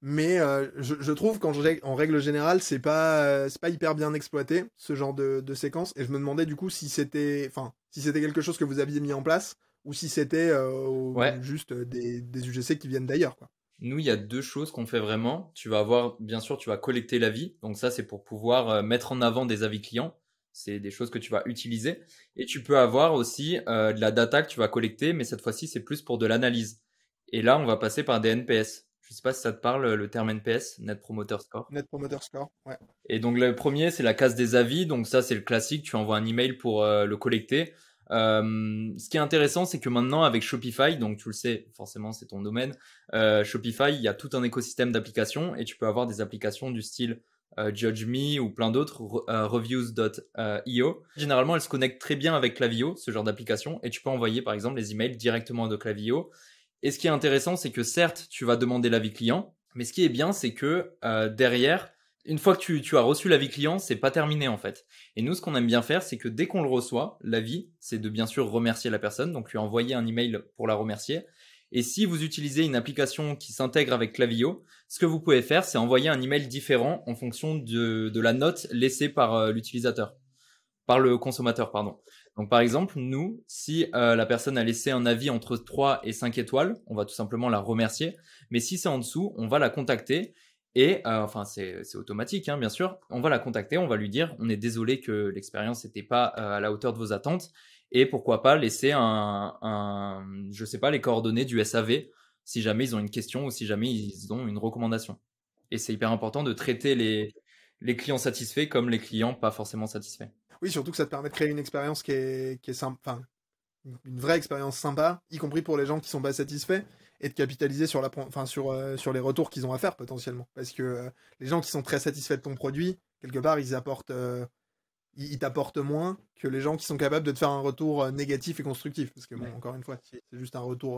mais euh, je, je trouve qu'en règle, en règle générale, c'est pas, euh, c'est pas hyper bien exploité, ce genre de, de séquence. Et je me demandais du coup si c'était, enfin, si c'était quelque chose que vous aviez mis en place ou si c'était euh, Ouais. juste des, des U G C qui viennent d'ailleurs, quoi. Nous, il y a deux choses qu'on fait vraiment. Tu vas avoir, bien sûr, tu vas collecter l'avis. Donc ça, c'est pour pouvoir euh, mettre en avant des avis clients. C'est des choses que tu vas utiliser. Et tu peux avoir aussi euh, de la data que tu vas collecter, mais cette fois-ci, c'est plus pour de l'analyse. Et là, on va passer par des N P S. Je sais pas si ça te parle, le terme N P S, Net Promoter Score. Net Promoter Score, ouais. Et donc le premier, c'est la case des avis. Donc ça, c'est le classique. Tu envoies un email pour euh, le collecter. Euh, ce qui est intéressant, c'est que maintenant avec Shopify, donc tu le sais, forcément c'est ton domaine, euh, Shopify, il y a tout un écosystème d'applications et tu peux avoir des applications du style euh, Judge Me ou plein d'autres, re- euh, reviews dot io. Généralement, elles se connectent très bien avec Klaviyo, ce genre d'application, et tu peux envoyer par exemple les emails directement de Klaviyo. Et ce qui est intéressant, c'est que certes, tu vas demander l'avis client, mais ce qui est bien, c'est que euh, derrière, une fois que tu, tu as reçu l'avis client, c'est pas terminé en fait. Et nous, ce qu'on aime bien faire, c'est que dès qu'on le reçoit, l'avis, c'est de bien sûr remercier la personne, donc lui envoyer un email pour la remercier. Et si vous utilisez une application qui s'intègre avec Klaviyo, ce que vous pouvez faire, c'est envoyer un email différent en fonction de, de la note laissée par euh, l'utilisateur, par le consommateur, pardon. Donc par exemple, nous, si euh, la personne a laissé un avis entre trois et cinq étoiles, on va tout simplement la remercier. Mais si c'est en dessous, on va la contacter et, euh, enfin c'est, c'est automatique hein, bien sûr, on va la contacter, on va lui dire on est désolé que l'expérience n'était pas euh, à la hauteur de vos attentes et pourquoi pas laisser un, un, je sais pas, les coordonnées du S A V si jamais ils ont une question ou si jamais ils ont une recommandation. Et c'est hyper important de traiter les, les clients satisfaits comme les clients pas forcément satisfaits. Oui, surtout que ça te permet de créer une expérience qui est, qui est simple, enfin, une vraie expérience sympa, y compris pour les gens qui sont pas satisfaits, et de capitaliser sur, la, enfin, sur, euh, sur les retours qu'ils ont à faire potentiellement. Parce que euh, les gens qui sont très satisfaits de ton produit, quelque part, ils apportent, euh, ils, ils t'apportent moins que les gens qui sont capables de te faire un retour euh, négatif et constructif. Parce que bon, Ouais. encore une fois, si c'est juste un retour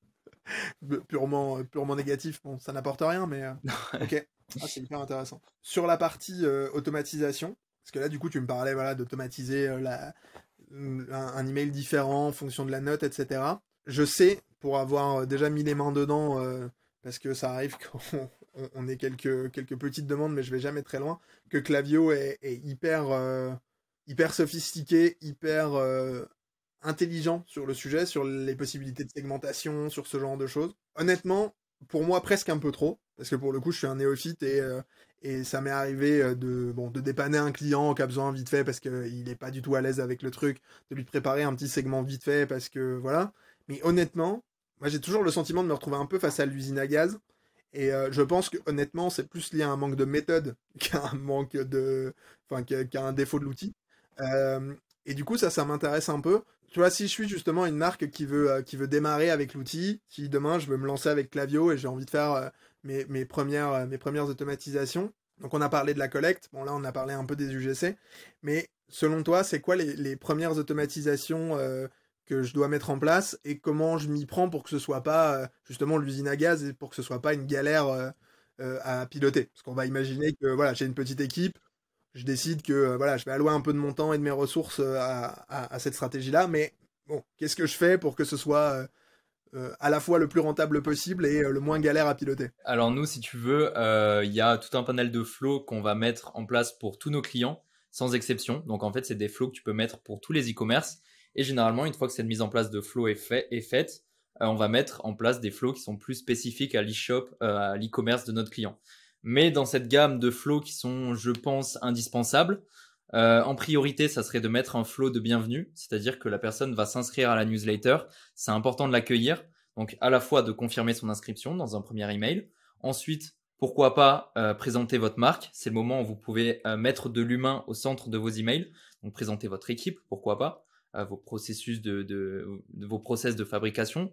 euh, purement, euh, purement négatif, bon, ça n'apporte rien, mais euh, ok. Ah, c'est hyper intéressant. Sur la partie euh, automatisation, parce que là, du coup, tu me parlais voilà, d'automatiser euh, la, un, un email différent en fonction de la note, et cetera. Je sais, pour avoir euh, déjà mis les mains dedans, euh, parce que ça arrive qu'on on, on ait quelques, quelques petites demandes, mais je vais jamais très loin, que Klaviyo est, est hyper, euh, hyper sophistiqué, hyper euh, intelligent sur le sujet, sur les possibilités de segmentation, sur ce genre de choses. Honnêtement, pour moi, presque un peu trop, parce que pour le coup, je suis un néophyte et, euh, et ça m'est arrivé euh, de, bon, de dépanner un client qui a besoin vite fait parce qu'il n'est pas du tout à l'aise avec le truc, de lui préparer un petit segment vite fait parce que voilà. Mais honnêtement, moi j'ai toujours le sentiment de me retrouver un peu face à l'usine à gaz. Et euh, je pense que honnêtement, c'est plus lié à un manque de méthode qu'à un manque de. Enfin, qu'à qu'à un défaut de l'outil. Euh, et du coup, ça, ça m'intéresse un peu. Tu vois, si je suis justement une marque qui veut, euh, qui veut démarrer avec l'outil, si demain je veux me lancer avec Klaviyo et j'ai envie de faire euh, mes, mes, premières, euh, mes premières automatisations. Donc on a parlé de la collecte, bon là on a parlé un peu des U G C, mais selon toi, c'est quoi les, les premières automatisations euh, que je dois mettre en place et comment je m'y prends pour que ce soit pas euh, justement l'usine à gaz et pour que ce soit pas une galère euh, euh, à piloter. Parce qu'on va imaginer que voilà, j'ai une petite équipe, je décide que euh, voilà, je vais allouer un peu de mon temps et de mes ressources euh, à, à, à cette stratégie-là, mais bon, qu'est-ce que je fais pour que ce soit euh, euh, à la fois le plus rentable possible et euh, le moins galère à piloter? Alors nous, si tu veux, euh, il y a tout un panel de flows qu'on va mettre en place pour tous nos clients, sans exception. Donc en fait, c'est des flows que tu peux mettre pour tous les e-commerce. Et généralement, une fois que cette mise en place de flow est, fait, est faite, euh, on va mettre en place des flows qui sont plus spécifiques à l'e-shop, euh, à l'e-commerce de notre client. Mais dans cette gamme de flows qui sont, je pense, indispensables, euh, en priorité, ça serait de mettre un flow de bienvenue, c'est-à-dire que la personne va s'inscrire à la newsletter. C'est important de l'accueillir. Donc à la fois de confirmer son inscription dans un premier email. Ensuite, pourquoi pas euh, présenter votre marque. C'est le moment où vous pouvez euh, mettre de l'humain au centre de vos emails. Donc présenter votre équipe, pourquoi pas, euh, vos processus de, de, de vos process de fabrication.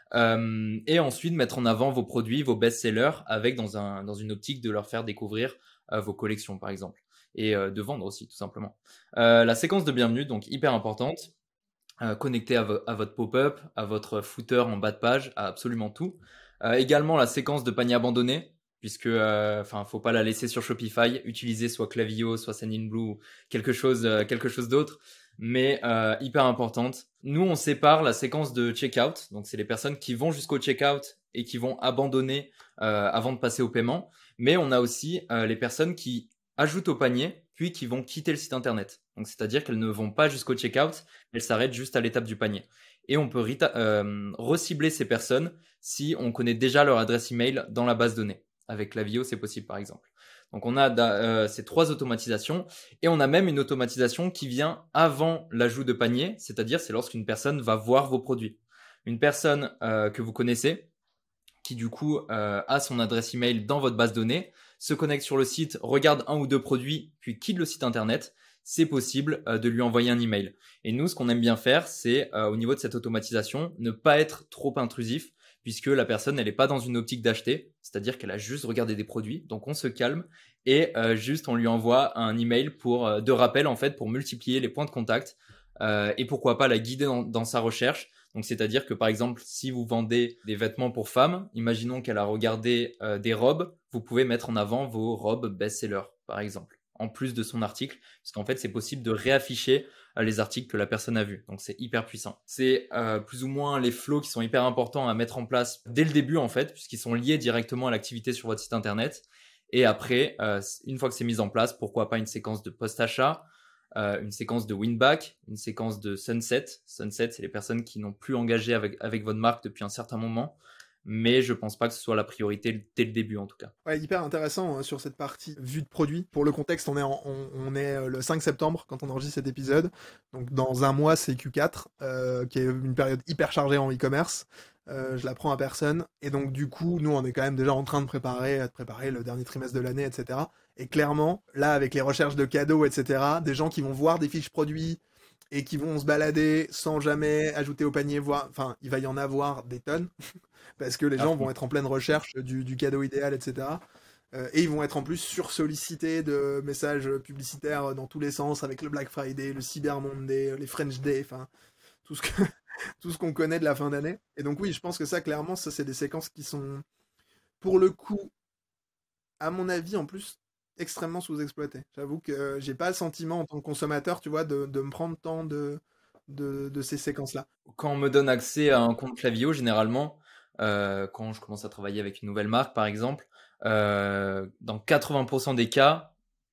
Euh, et ensuite mettre en avant vos produits, vos best-sellers, avec dans, un, dans une optique de leur faire découvrir euh, vos collections par exemple. Et euh, de vendre aussi tout simplement. Euh, la séquence de bienvenue, donc hyper importante. Euh, connecté à, vo- à votre pop-up, à votre footer en bas de page, à absolument tout. Euh, également la séquence de panier abandonné, puisque enfin euh, faut pas la laisser sur Shopify, utiliser soit Klaviyo, soit Sendinblue ou quelque chose, euh, quelque chose d'autre. mais euh, hyper importante. Nous, on sépare la séquence de checkout, donc c'est les personnes qui vont jusqu'au checkout et qui vont abandonner euh, avant de passer au paiement, mais on a aussi euh, les personnes qui ajoutent au panier, puis qui vont quitter le site internet. Donc c'est-à-dire qu'elles ne vont pas jusqu'au checkout, elles s'arrêtent juste à l'étape du panier. Et on peut reta- euh, recibler ces personnes si on connaît déjà leur adresse email dans la base de données. Avec Klaviyo, c'est possible par exemple. Donc on a euh, ces trois automatisations et on a même une automatisation qui vient avant l'ajout de panier, c'est-à-dire c'est lorsqu'une personne va voir vos produits. Une personne euh, que vous connaissez qui du coup euh, a son adresse email dans votre base de données, se connecte sur le site, regarde un ou deux produits, puis quitte le site internet, c'est possible euh, de lui envoyer un email. Et nous, ce qu'on aime bien faire, c'est euh, au niveau de cette automatisation, ne pas être trop intrusif, puisque la personne, elle n'est pas dans une optique d'acheter, c'est-à-dire qu'elle a juste regardé des produits, donc on se calme et euh, juste on lui envoie un email pour euh, de rappel en fait pour multiplier les points de contact euh, et pourquoi pas la guider dans, dans sa recherche. Donc, c'est-à-dire que par exemple, si vous vendez des vêtements pour femmes, imaginons qu'elle a regardé euh, des robes, vous pouvez mettre en avant vos robes best-seller, par exemple, en plus de son article, parce qu'en fait, c'est possible de réafficher euh, les articles que la personne a vus. Donc, c'est hyper puissant. C'est euh, plus ou moins les flows qui sont hyper importants à mettre en place dès le début, en fait, puisqu'ils sont liés directement à l'activité sur votre site internet. Et après, euh, une fois que c'est mis en place, pourquoi pas une séquence de post-achat, Euh, une séquence de win-back, une séquence de sunset. Sunset, c'est les personnes qui n'ont plus engagé avec, avec votre marque depuis un certain moment. Mais je pense pas que ce soit la priorité dès le début, en tout cas. Ouais, hyper intéressant euh, sur cette partie vue de produit. Pour le contexte, on est, en- on, on est euh, le cinq septembre quand on enregistre cet épisode. Donc dans un mois, c'est Q quatre, euh, qui est une période hyper chargée en e-commerce. Euh, je l'apprends à personne. Et donc du coup, nous, on est quand même déjà en train de préparer, de préparer le dernier trimestre de l'année, et cetera. Et clairement, là, avec les recherches de cadeaux, et cetera, des gens qui vont voir des fiches produits et qui vont se balader sans jamais ajouter au panier, voir... enfin, il va y en avoir des tonnes. Parce que les gens vont être en pleine recherche du, du cadeau idéal, et cetera. Euh, et ils vont être en plus sursollicités de messages publicitaires dans tous les sens, avec le Black Friday, le Cyber Monday, les French Day, enfin, tout ce que, tout ce qu'on connaît de la fin d'année. Et donc oui, je pense que ça, clairement, ça, c'est des séquences qui sont, pour le coup, à mon avis, en plus, extrêmement sous-exploitées. J'avoue que j'ai pas le sentiment, en tant que consommateur, tu vois, de, de me prendre tant de, de, de ces séquences-là. Quand on me donne accès à un compte Klaviyo, généralement, euh, quand je commence à travailler avec une nouvelle marque, par exemple, euh, dans quatre-vingts pour cent des cas,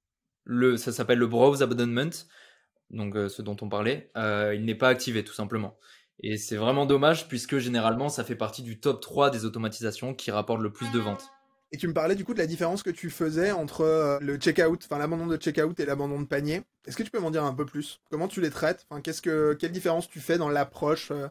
le, ça s'appelle le Browse Abandonment, donc euh, ce dont on parlait, euh, il n'est pas activé tout simplement. Et c'est vraiment dommage puisque généralement ça fait partie du top trois des automatisations qui rapportent le plus de ventes. Et tu me parlais du coup de la différence que tu faisais entre euh, le checkout, enfin l'abandon de checkout et l'abandon de panier. Est-ce que tu peux m'en dire un peu plus? Comment tu les traites? Enfin, qu'est-ce que, quelle différence tu fais dans l'approche euh,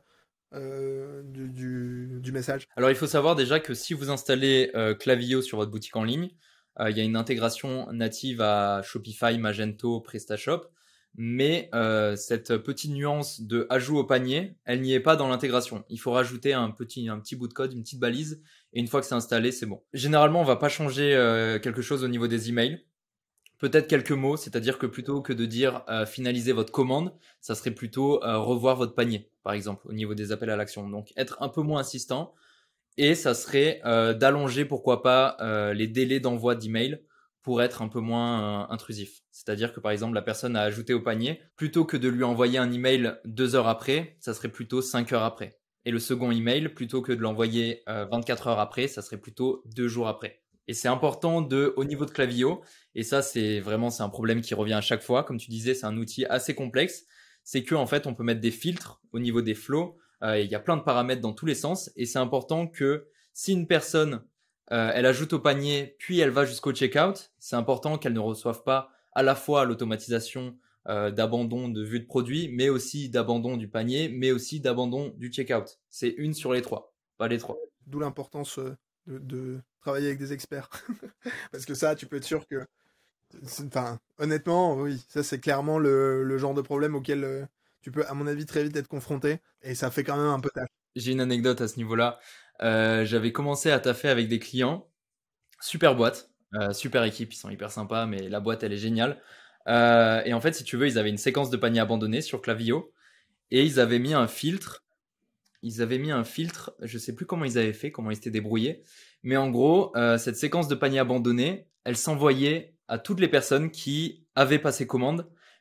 euh, du, du, du message? Alors il faut savoir déjà que si vous installez euh, Klaviyo sur votre boutique en ligne, euh, il y a une intégration native à Shopify, Magento, PrestaShop, mais euh, cette petite nuance de ajout au panier, elle n'y est pas dans l'intégration. Il faut rajouter un petit, un petit bout de code, une petite balise, et une fois que c'est installé, c'est bon. Généralement, on va pas changer euh, quelque chose au niveau des emails. Peut-être quelques mots, c'est-à-dire que plutôt que de dire euh, finaliser votre commande, ça serait plutôt euh, revoir votre panier, par exemple, au niveau des appels à l'action. Donc être un peu moins insistant et ça serait euh, d'allonger, pourquoi pas, euh, les délais d'envoi d'email pour être un peu moins euh, intrusif. C'est-à-dire que par exemple, la personne a ajouté au panier, plutôt que de lui envoyer un email deux heures après, ça serait plutôt cinq heures après. Et le second email, plutôt que de l'envoyer euh, vingt-quatre heures après, ça serait plutôt deux jours après. Et c'est important de, au niveau de Klaviyo, et ça c'est vraiment c'est un problème qui revient à chaque fois. Comme tu disais, c'est un outil assez complexe. C'est que en fait, on peut mettre des filtres au niveau des flows. Euh, il y a plein de paramètres dans tous les sens, et c'est important que si une personne euh, elle ajoute au panier, puis elle va jusqu'au checkout, c'est important qu'elle ne reçoive pas à la fois l'automatisation euh, d'abandon de vue de produit, mais aussi d'abandon du panier, mais aussi d'abandon du checkout. C'est une sur les trois, pas les trois. D'où l'importance euh, de, de travailler avec des experts. Parce que ça, tu peux être sûr que, c'est- enfin, honnêtement, oui, ça c'est clairement le, le genre de problème auquel euh, tu peux, à mon avis, très vite être confronté. Et ça fait quand même un peu tâche. J'ai une anecdote à ce niveau-là. Euh, j'avais commencé à taffer avec des clients. Super boîte, euh, super équipe, ils sont hyper sympas, mais la boîte, elle est géniale. Euh, et en fait, si tu veux, ils avaient une séquence de panier abandonné sur Klaviyo et ils avaient mis un filtre. Ils avaient mis un filtre, je sais plus comment ils avaient fait, comment ils s'étaient débrouillés. Mais en gros, euh, cette séquence de panier abandonné, elle s'envoyait à toutes les personnes qui avaient passé commande,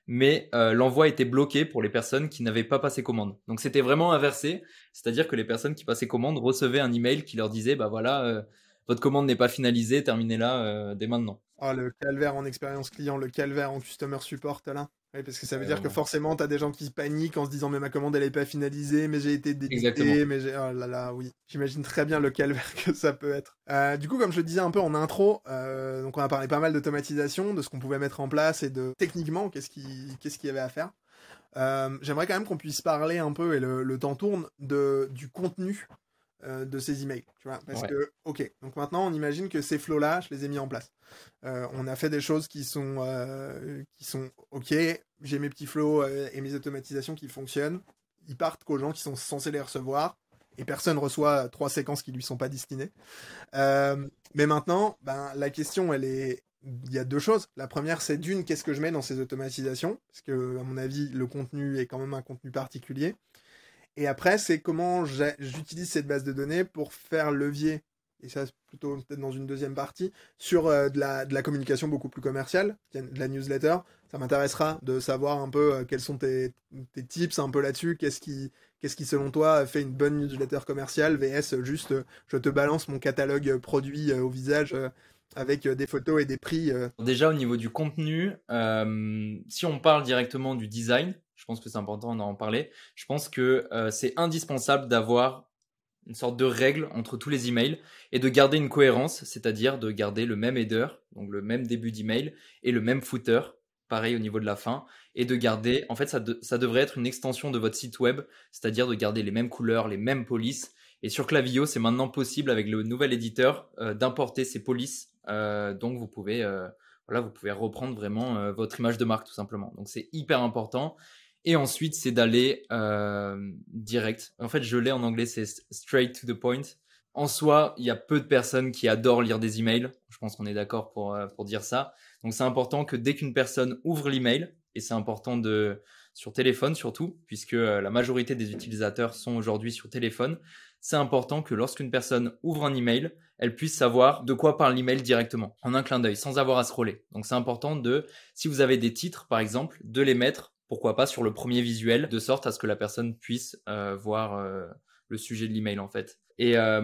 mais euh, l'envoi était bloqué pour les personnes qui n'avaient pas passé commande. Donc c'était vraiment inversé, c'est-à-dire que les personnes qui passaient commande recevaient un email qui leur disait bah voilà, euh, votre commande n'est pas finalisée, terminez-la euh, dès maintenant. Oh, le calvaire en expérience client, le calvaire en customer support, là. Oui, parce que ça veut Ouais, dire que vraiment. forcément, t'as des gens qui paniquent en se disant, mais ma commande, elle est pas finalisée, mais j'ai été Exactement. débité, mais j'ai... Oh là là, oui. J'imagine très bien le calvaire que ça peut être. Euh, du coup, comme je le disais un peu en intro, euh, donc on a parlé pas mal d'automatisation, de ce qu'on pouvait mettre en place et de techniquement, qu'est-ce qui- qu'est-ce qu'il y avait à faire. Euh, j'aimerais quand même qu'on puisse parler un peu, et le, le temps tourne, de, du contenu euh, de ces emails, tu vois, parce Ouais. que, ok, donc maintenant on imagine que ces flows-là, je les ai mis en place. Euh, on a fait des choses qui sont, euh, qui sont ok, j'ai mes petits flows euh, et mes automatisations qui fonctionnent, ils partent qu'aux gens qui sont censés les recevoir, et personne reçoit trois séquences qui lui sont pas destinées. Euh, mais maintenant, ben, la question, elle est, il y a deux choses. La première, c'est d'une, qu'est-ce que je mets dans ces automatisations? Parce que, à mon avis, le contenu est quand même un contenu particulier. Et après, c'est comment j'ai- j'utilise cette base de données pour faire levier, et ça c'est plutôt peut-être dans une deuxième partie, sur euh, de, la, de la communication beaucoup plus commerciale, de la newsletter. Ça m'intéressera de savoir un peu euh, quels sont tes, tes tips un peu là-dessus, qu'est-ce qui, qu'est-ce qui selon toi fait une bonne newsletter commerciale, vs juste euh, je te balance mon catalogue euh, produit euh, au visage euh, avec euh, des photos et des prix. euh. Déjà au niveau du contenu, euh, si on parle directement du design, je pense que c'est important d'en parler. Je pense que euh, c'est indispensable d'avoir une sorte de règle entre tous les emails et de garder une cohérence, c'est-à-dire de garder le même header, donc le même début d'email et le même footer, pareil au niveau de la fin, et de garder, en fait, ça, de- ça devrait être une extension de votre site web, c'est-à-dire de garder les mêmes couleurs, les mêmes polices. Et sur Klaviyo, c'est maintenant possible avec le nouvel éditeur euh, d'importer ces polices. Euh, donc vous pouvez, euh, voilà, vous pouvez reprendre vraiment euh, votre image de marque tout simplement. Donc c'est hyper important. Et ensuite, c'est d'aller euh, direct. En fait, je l'ai en anglais, c'est straight to the point. En soi, il y a peu de personnes qui adorent lire des emails. Je pense qu'on est d'accord pour, euh, pour dire ça. Donc, c'est important que dès qu'une personne ouvre l'email, et c'est important de sur téléphone surtout, puisque euh, la majorité des utilisateurs sont aujourd'hui sur téléphone, c'est important que lorsqu'une personne ouvre un email, elle puisse savoir de quoi parle l'email directement, en un clin d'œil, sans avoir à scroller. Donc, c'est important de, si vous avez des titres, par exemple, de les mettre pourquoi pas sur le premier visuel, de sorte à ce que la personne puisse euh, voir euh, le sujet de l'email en fait. Et euh,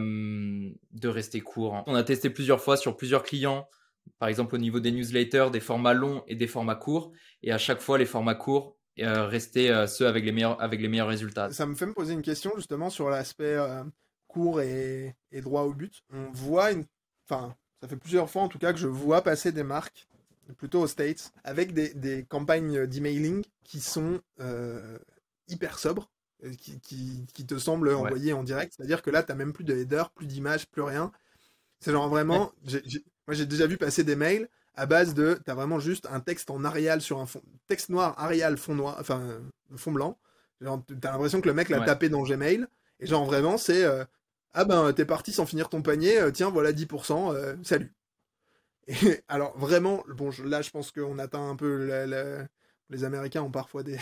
de rester court. On a testé plusieurs fois sur plusieurs clients, par exemple au niveau des newsletters, des formats longs et des formats courts. Et à chaque fois, les formats courts euh, restaient euh, ceux avec les, meilleurs, avec les meilleurs résultats. Ça me fait me poser une question justement sur l'aspect euh, court et, et droit au but. On voit une... Enfin, ça fait plusieurs fois en tout cas que je vois passer des marques, plutôt aux States, avec des, des campagnes d'emailing qui sont euh, hyper sobres, euh, qui, qui, qui te semblent Ouais. envoyer en direct. C'est-à-dire que là, tu n'as même plus de header, plus d'image, plus rien. C'est genre vraiment... j'ai- j'ai- moi, j'ai déjà vu passer des mails à base de... Tu as vraiment juste un texte en Arial sur un fond... Texte noir, Arial, fond noir, enfin, euh, fond blanc. Genre, t'as l'impression que le mec l'a Ouais. tapé dans Gmail. Et genre, vraiment, c'est... euh, ah ben, t'es parti sans finir ton panier, euh, tiens, voilà dix pour cent, euh, salut. Et alors, vraiment, bon, je- là, je pense qu'on atteint un peu... la- la- Les Américains ont parfois des...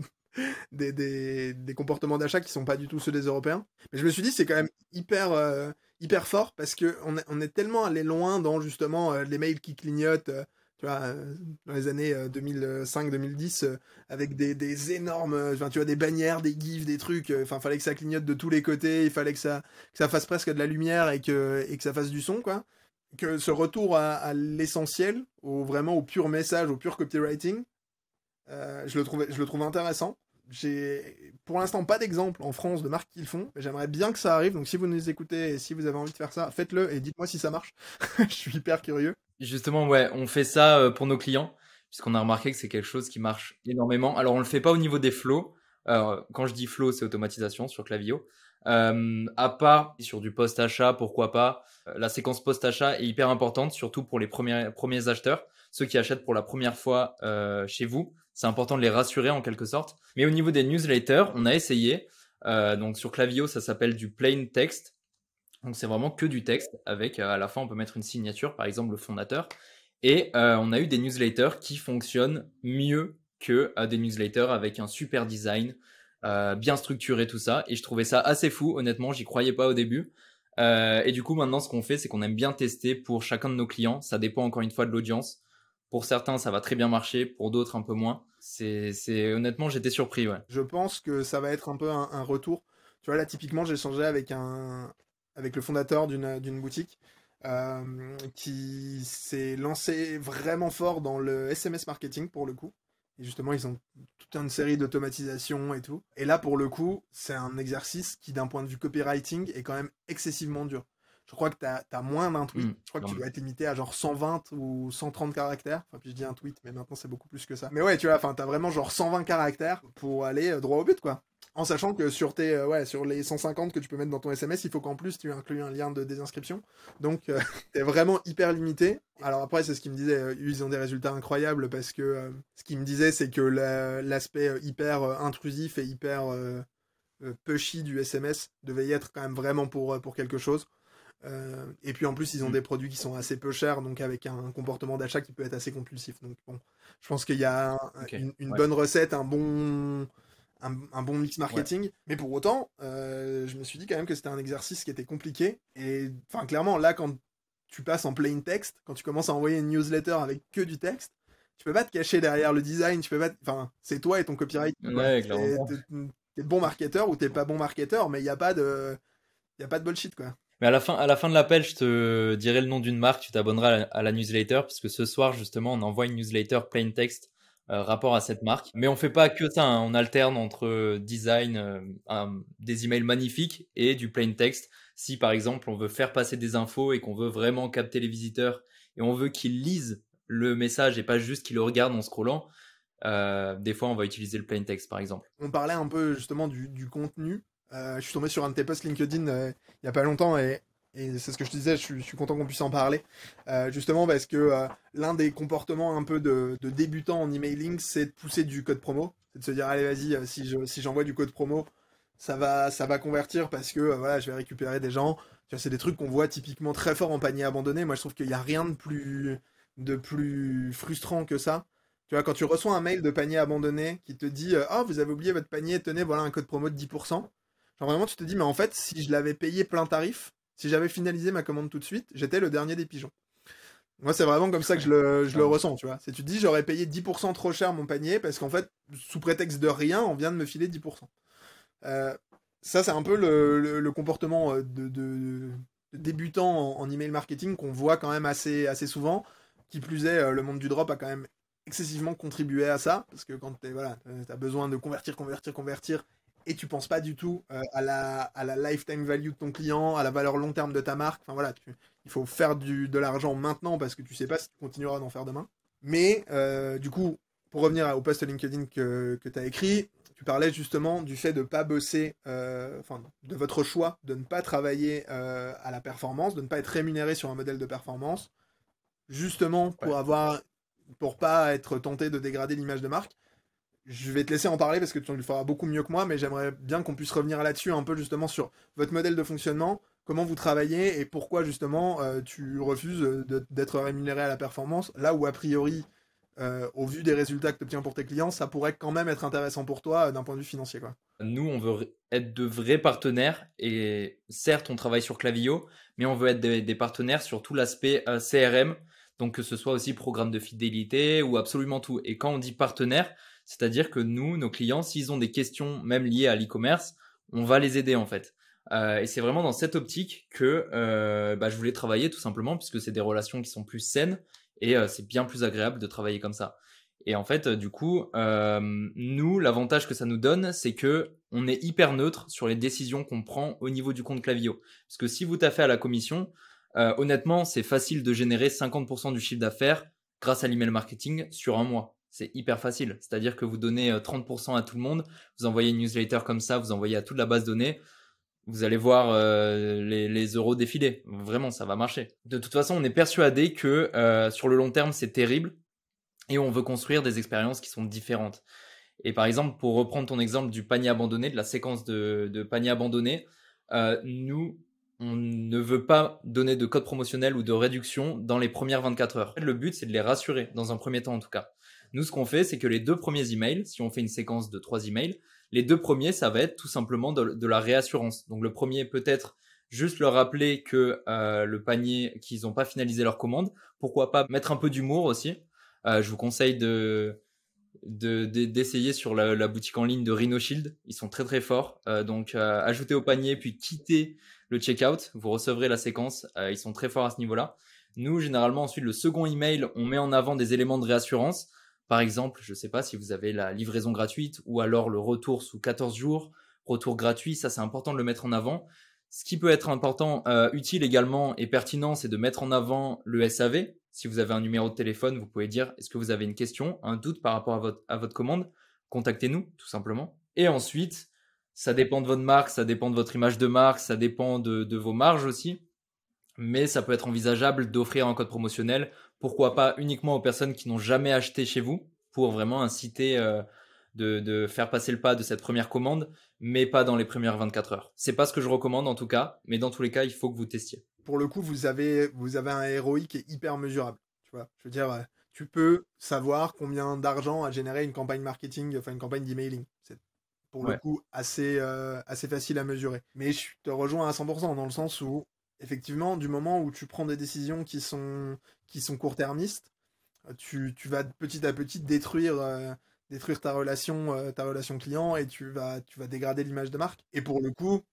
des, des, des comportements d'achat qui sont pas du tout ceux des Européens. Mais je me suis dit, c'est quand même hyper, euh, hyper fort parce que on est, on est tellement allé loin dans justement euh, les mails qui clignotent, euh, tu vois, euh, dans les années euh, deux mille cinq deux mille dix, euh, avec des, des énormes, euh, enfin, tu vois, des bannières, des gifs, des trucs. euh, Enfin, fallait que ça clignote de tous les côtés, il fallait que ça, que ça fasse presque de la lumière et que, et que ça fasse du son, quoi. Que ce retour à, à l'essentiel, au, vraiment au pur message, au pur copywriting, euh, je le trouve, je le trouve intéressant. J'ai pour l'instant pas d'exemple en France de marques qui le font, mais j'aimerais bien que ça arrive. Donc si vous nous écoutez et si vous avez envie de faire ça, faites-le et dites-moi si ça marche. Je suis hyper curieux. Justement, ouais, on fait ça euh, pour nos clients, puisqu'on a remarqué que c'est quelque chose qui marche énormément. Alors, on le fait pas au niveau des flows. Euh, quand je dis flow, c'est automatisation sur Klaviyo. Euh, à part sur du post-achat, pourquoi pas. Euh, La séquence post-achat est hyper importante, surtout pour les premiers, premiers acheteurs, ceux qui achètent pour la première fois euh, chez vous. C'est important de les rassurer en quelque sorte. Mais au niveau des newsletters, on a essayé. Euh, donc sur Klaviyo, ça s'appelle du plain text. Donc c'est vraiment que du texte avec euh, à la fin on peut mettre une signature, par exemple le fondateur. Et euh, on a eu des newsletters qui fonctionnent mieux que euh, des newsletters avec un super design, euh, bien structuré tout ça. Et je trouvais ça assez fou, honnêtement, j'y croyais pas au début. Euh, et du coup maintenant ce qu'on fait c'est qu'on aime bien tester pour chacun de nos clients. Ça dépend encore une fois de l'audience. Pour certains, ça va très bien marcher, pour d'autres, un peu moins. C'est, c'est... Honnêtement, j'étais surpris, ouais. Je pense que ça va être un peu un, un retour. Tu vois, là, typiquement, j'ai échangé avec, un, avec le fondateur d'une, d'une boutique euh, qui s'est lancé vraiment fort dans le S M S marketing, pour le coup. Et justement, ils ont toute une série d'automatisations et tout. Et là, pour le coup, c'est un exercice qui, d'un point de vue copywriting, est quand même excessivement dur. Je crois que tu as moins d'un tweet. Mm. Je crois que Non, tu mais- dois être limité à genre cent vingt ou cent trente caractères. Enfin, puis je dis un tweet, mais maintenant c'est beaucoup plus que ça. Mais ouais, tu vois, enfin, t'as vraiment genre cent vingt caractères pour aller euh, droit au but, quoi. En sachant que sur tes, euh, ouais, sur les cent cinquante que tu peux mettre dans ton S M S, il faut qu'en plus tu inclues un lien de désinscription. Donc, euh, t'es vraiment hyper limité. Alors après, c'est ce qu'il me disait. euh, Ils ont des résultats incroyables parce que euh, ce qu'il me disait, c'est que la- l'aspect euh, hyper euh, intrusif et hyper euh, euh, pushy du S M S devait y être quand même vraiment pour, euh, pour quelque chose. Euh, et puis en plus, ils ont Mm. des produits qui sont assez peu chers, donc avec un comportement d'achat qui peut être assez compulsif. Donc bon, je pense qu'il y a un- Ok, une, une ouais. bonne recette, un bon, un, un bon mix Ouais. marketing. Mais pour autant, euh, je me suis dit quand même que c'était un exercice qui était compliqué. Et enfin, clairement, là, quand tu passes en plain text, quand tu commences à envoyer une newsletter avec que du texte, tu peux pas te cacher derrière le design. Tu peux pas, t- enfin, c'est toi et ton copyright, quoi. Ouais, T'es, clairement. t'es- t'es bon marketeur ou t'es pas bon marketeur, mais il y a pas de, il y a pas de bullshit, quoi. Mais à la fin, à la fin de l'appel, je te dirai le nom d'une marque, tu t'abonneras à la, à la newsletter, puisque ce soir, justement, on envoie une newsletter plain text euh, rapport à cette marque. Mais on fait pas que ça, hein. On alterne entre design, euh, un- des emails magnifiques et du plain text. Si par exemple, on veut faire passer des infos et qu'on veut vraiment capter les visiteurs et on veut qu'ils lisent le message et pas juste qu'ils le regardent en scrollant, euh, des fois, on va utiliser le plain text, par exemple. On parlait un peu justement du, du contenu. Euh, je suis tombé sur un de tes posts LinkedIn euh, il y a pas longtemps et, et c'est ce que je te disais, je suis, je suis content qu'on puisse en parler. Euh, justement parce que euh, l'un des comportements un peu de, de débutant en emailing, c'est de pousser du code promo. C'est de se dire, allez, vas-y, euh, si je, si j'envoie du code promo, ça va, ça va convertir parce que euh, voilà, je vais récupérer des gens. Tu vois, c'est des trucs qu'on voit typiquement très fort en panier abandonné. Moi, je trouve qu'il n'y a rien de plus, de plus frustrant que ça. Tu vois, quand tu reçois un mail de panier abandonné qui te dit euh, ah, vous avez oublié votre panier, tenez, voilà un code promo de dix pour cent. Genre vraiment, tu te dis, mais en fait, si je l'avais payé plein tarif, si j'avais finalisé ma commande tout de suite, j'étais le dernier des pigeons. Moi, c'est vraiment comme ça que je le, je le Clairement. ressens, tu vois. C'est tu te dis, j'aurais payé dix pour cent trop cher mon panier parce qu'en fait, sous prétexte de rien, on vient de me filer dix pour cent. Euh, Ça, c'est un peu le, le- le comportement euh, de, de- de débutant en, en email marketing qu'on voit quand même assez, assez souvent. Qui plus est, euh, le monde du drop a quand même excessivement contribué à ça, parce que quand tu voilà, as besoin de convertir, convertir, convertir, et tu penses pas du tout euh, à, la, à la lifetime value de ton client, à la valeur long terme de ta marque, enfin voilà, tu- il faut faire du, de l'argent maintenant parce que tu sais pas si tu continueras d'en faire demain. Mais euh, du coup, pour revenir au post LinkedIn que, que tu as écrit, tu parlais justement du fait de ne pas bosser, euh, enfin, de votre choix de ne pas travailler euh, à la performance, de ne pas être rémunéré sur un modèle de performance, justement Ouais. pour avoir, pour pas être tenté de dégrader l'image de marque. Je vais te laisser en parler parce que tu le feras beaucoup mieux que moi, mais j'aimerais bien qu'on puisse revenir là-dessus un peu justement sur votre modèle de fonctionnement, comment vous travaillez et pourquoi justement euh, tu refuses de- d'être rémunéré à la performance, là où a priori, euh, au vu des résultats que tu obtiens pour tes clients, ça pourrait quand même être intéressant pour toi euh, d'un point de vue financier, quoi. Nous, on veut être de vrais partenaires et certes, on travaille sur Klaviyo, mais on veut être des, des partenaires sur tout l'aspect euh, C R M, donc que ce soit aussi programme de fidélité ou absolument tout. Et quand on dit partenaire, c'est-à-dire que nous, nos clients, s'ils ont des questions même liées à l'e-commerce, on va les aider en fait. Euh, et c'est vraiment dans cette optique que euh, bah, je voulais travailler tout simplement, puisque c'est des relations qui sont plus saines et euh, c'est bien plus agréable de travailler comme ça. Et en fait, euh, du coup, euh, nous, l'avantage que ça nous donne, c'est que on est hyper neutre sur les décisions qu'on prend au niveau du compte Klaviyo. Parce que si vous taffez à la commission, euh, honnêtement, c'est facile de générer cinquante pour cent du chiffre d'affaires grâce à l'email marketing sur un mois. C'est hyper facile. C'est-à-dire que vous donnez euh, trente pour cent à tout le monde, vous envoyez une newsletter comme ça, vous envoyez à toute la base de données, vous allez voir euh, les, les euros défiler. Vraiment, ça va marcher. De toute façon, on est persuadé que euh, sur le long terme, c'est terrible et on veut construire des expériences qui sont différentes. Et par exemple, pour reprendre ton exemple du panier abandonné, de la séquence de, de panier abandonné, euh, nous, on ne veut pas donner de code promotionnel ou de réduction dans les premières vingt-quatre heures. Le but, c'est de les rassurer, dans un premier temps en tout cas. Nous, ce qu'on fait, c'est que les deux premiers emails, si on fait une séquence de trois emails, les deux premiers, ça va être tout simplement de, de la réassurance. Donc le premier, peut-être juste leur rappeler que euh, le panier, qu'ils n'ont pas finalisé leur commande. Pourquoi pas mettre un peu d'humour aussi. euh, je vous conseille de, de, de- d'essayer sur la, la boutique en ligne de Rhino Shield. Ils sont très très forts. Euh, donc euh, ajoutez au panier puis quittez le checkout. Vous recevrez la séquence. Euh, ils sont très forts à ce niveau-là. Nous, généralement, ensuite, le second email, on met en avant des éléments de réassurance. Par exemple, je ne sais pas si vous avez la livraison gratuite ou alors le retour sous quatorze jours, retour gratuit. Ça, c'est important de le mettre en avant. Ce qui peut être important, euh, utile également et pertinent, c'est de mettre en avant le S A V. Si vous avez un numéro de téléphone, vous pouvez dire est-ce que vous avez une question, un doute par rapport à votre, à votre commande. Contactez-nous, tout simplement. Et ensuite, ça dépend de votre marque, ça dépend de votre image de marque, ça dépend de, de vos marges aussi. Mais ça peut être envisageable d'offrir un code promotionnel. Pourquoi pas uniquement aux personnes qui n'ont jamais acheté chez vous pour vraiment inciter euh, de, de faire passer le pas de cette première commande, mais pas dans les premières vingt-quatre heures. C'est pas ce que je recommande en tout cas, mais dans tous les cas, il faut que vous testiez. Pour le coup, vous avez, vous avez un R O I qui est hyper mesurable. Tu vois, je veux dire, euh, tu peux savoir combien d'argent a généré une campagne marketing, enfin une campagne d'emailing. C'est pour le Ouais. coup assez, euh, assez facile à mesurer. Mais je te rejoins à cent pour cent dans le sens où, effectivement, du moment où tu prends des décisions qui sont, qui sont court-termistes, tu, tu vas petit à petit détruire, euh, détruire ta relation, euh, ta relation client et tu vas, tu vas dégrader l'image de marque. Et pour le coup,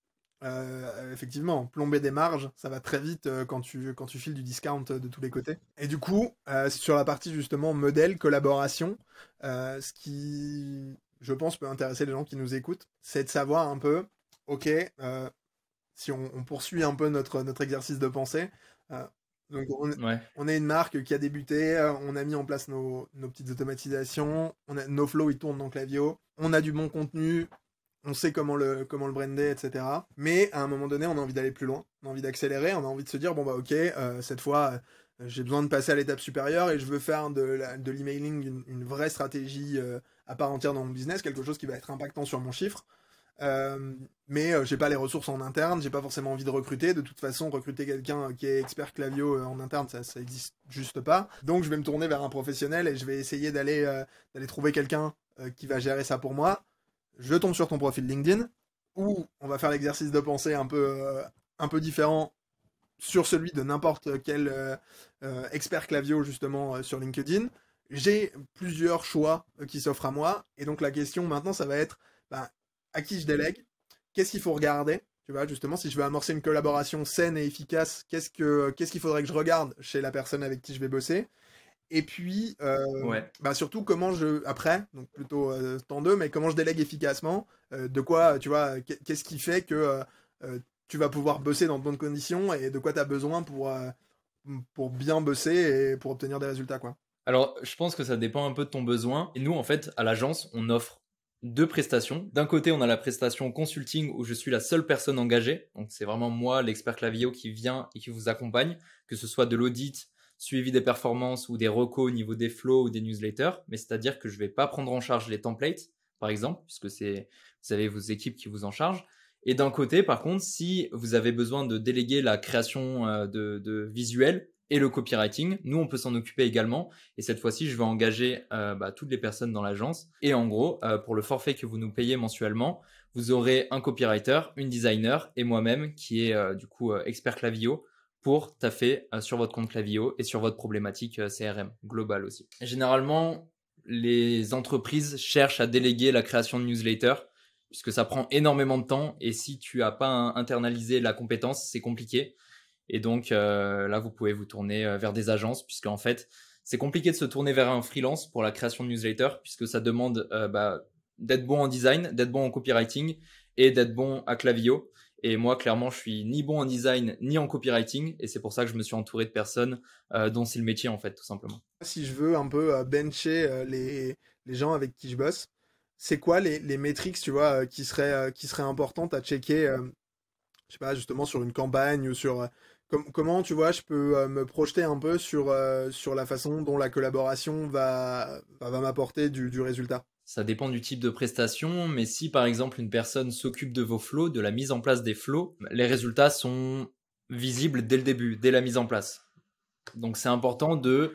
euh, effectivement, plomber des marges, ça va très vite euh, quand tu, quand tu files du discount euh, de tous les côtés. Et du coup, euh, sur la partie justement modèle, collaboration, euh, ce qui, je pense, peut intéresser les gens qui nous écoutent, c'est de savoir un peu, ok, euh, si on, on poursuit un peu notre, notre exercice de pensée, euh, donc on, Ouais. on est une marque qui a débuté, euh, on a mis en place nos, nos petites automatisations, on a, nos flows ils tournent dans Klaviyo, on a du bon contenu, on sait comment le, comment le brander, et cetera. Mais à un moment donné, on a envie d'aller plus loin, on a envie d'accélérer, on a envie de se dire, bon bah ok, euh, cette fois, euh, j'ai besoin de passer à l'étape supérieure et je veux faire de, la- de l'emailing une, une vraie stratégie euh, à part entière dans mon business, quelque chose qui va être impactant sur mon chiffre. Euh, mais euh, j'ai pas les ressources en interne, j'ai pas forcément envie de recruter. De toute façon, recruter quelqu'un euh, qui est expert Klaviyo euh, en interne, ça, ça existe juste pas. Donc je vais me tourner vers un professionnel et je vais essayer d'aller euh, d'aller trouver quelqu'un euh, qui va gérer ça pour moi. Je tombe sur ton profil LinkedIn où on va faire l'exercice de pensée un peu euh, un peu différent sur celui de n'importe quel euh, euh, expert Klaviyo justement euh, sur LinkedIn. J'ai plusieurs choix euh, qui s'offrent à moi et donc la question maintenant ça va être ben, à qui je délègue, qu'est-ce qu'il faut regarder, tu vois, justement, si je veux amorcer une collaboration saine et efficace, qu'est-ce que qu'est-ce qu'il faudrait que je regarde chez la personne avec qui je vais bosser, et puis euh, Ouais. bah surtout comment je, après, donc plutôt euh, temps deux, mais comment je délègue efficacement, euh, de quoi, tu vois, qu'est-ce qui fait que euh, euh, tu vas pouvoir bosser dans de bonnes conditions et de quoi tu as besoin pour, euh, pour bien bosser et pour obtenir des résultats, quoi. Alors, je pense que ça dépend un peu de ton besoin. Et nous, en fait, à l'agence, on offre deux prestations. D'un côté, on a la prestation consulting où je suis la seule personne engagée. Donc, c'est vraiment moi, l'expert Klaviyo, qui vient et qui vous accompagne, que ce soit de l'audit, suivi des performances ou des recos au niveau des flows ou des newsletters. Mais c'est-à-dire que je ne vais pas prendre en charge les templates, par exemple, puisque c'est, vous avez vos équipes qui vous en chargent. Et d'un côté, par contre, si vous avez besoin de déléguer la création euh, de, de visuels et le copywriting, nous, on peut s'en occuper également. Et cette fois-ci, je vais engager euh, bah, toutes les personnes dans l'agence. Et en gros, euh, pour le forfait que vous nous payez mensuellement, vous aurez un copywriter, une designer et moi-même qui est euh, du coup euh, expert Klaviyo pour taffer euh, sur votre compte Klaviyo et sur votre problématique euh, C R M globale aussi. Et généralement, les entreprises cherchent à déléguer la création de newsletters puisque ça prend énormément de temps et si tu n'as pas internalisé la compétence, c'est compliqué. Et donc euh, là, vous pouvez vous tourner euh, vers des agences puisque en fait, c'est compliqué de se tourner vers un freelance pour la création de newsletter puisque ça demande euh, bah, d'être bon en design, d'être bon en copywriting et d'être bon à Klaviyo. Et moi, clairement, je suis ni bon en design ni en copywriting et c'est pour ça que je me suis entouré de personnes euh, dont c'est le métier en fait, tout simplement. Si je veux un peu euh, bencher euh, les, les gens avec qui je bosse, c'est quoi les, les métriques, tu vois, euh, qui seraient, euh, qui seraient importantes à checker, euh, je sais pas, justement sur une campagne ou sur... euh, com- comment, tu vois, je peux euh, me projeter un peu sur, euh, sur la façon dont la collaboration va, va, va m'apporter du, du résultat. Ça dépend du type de prestation, mais si par exemple une personne s'occupe de vos flows, de la mise en place des flows, les résultats sont visibles dès le début, dès la mise en place. Donc c'est important de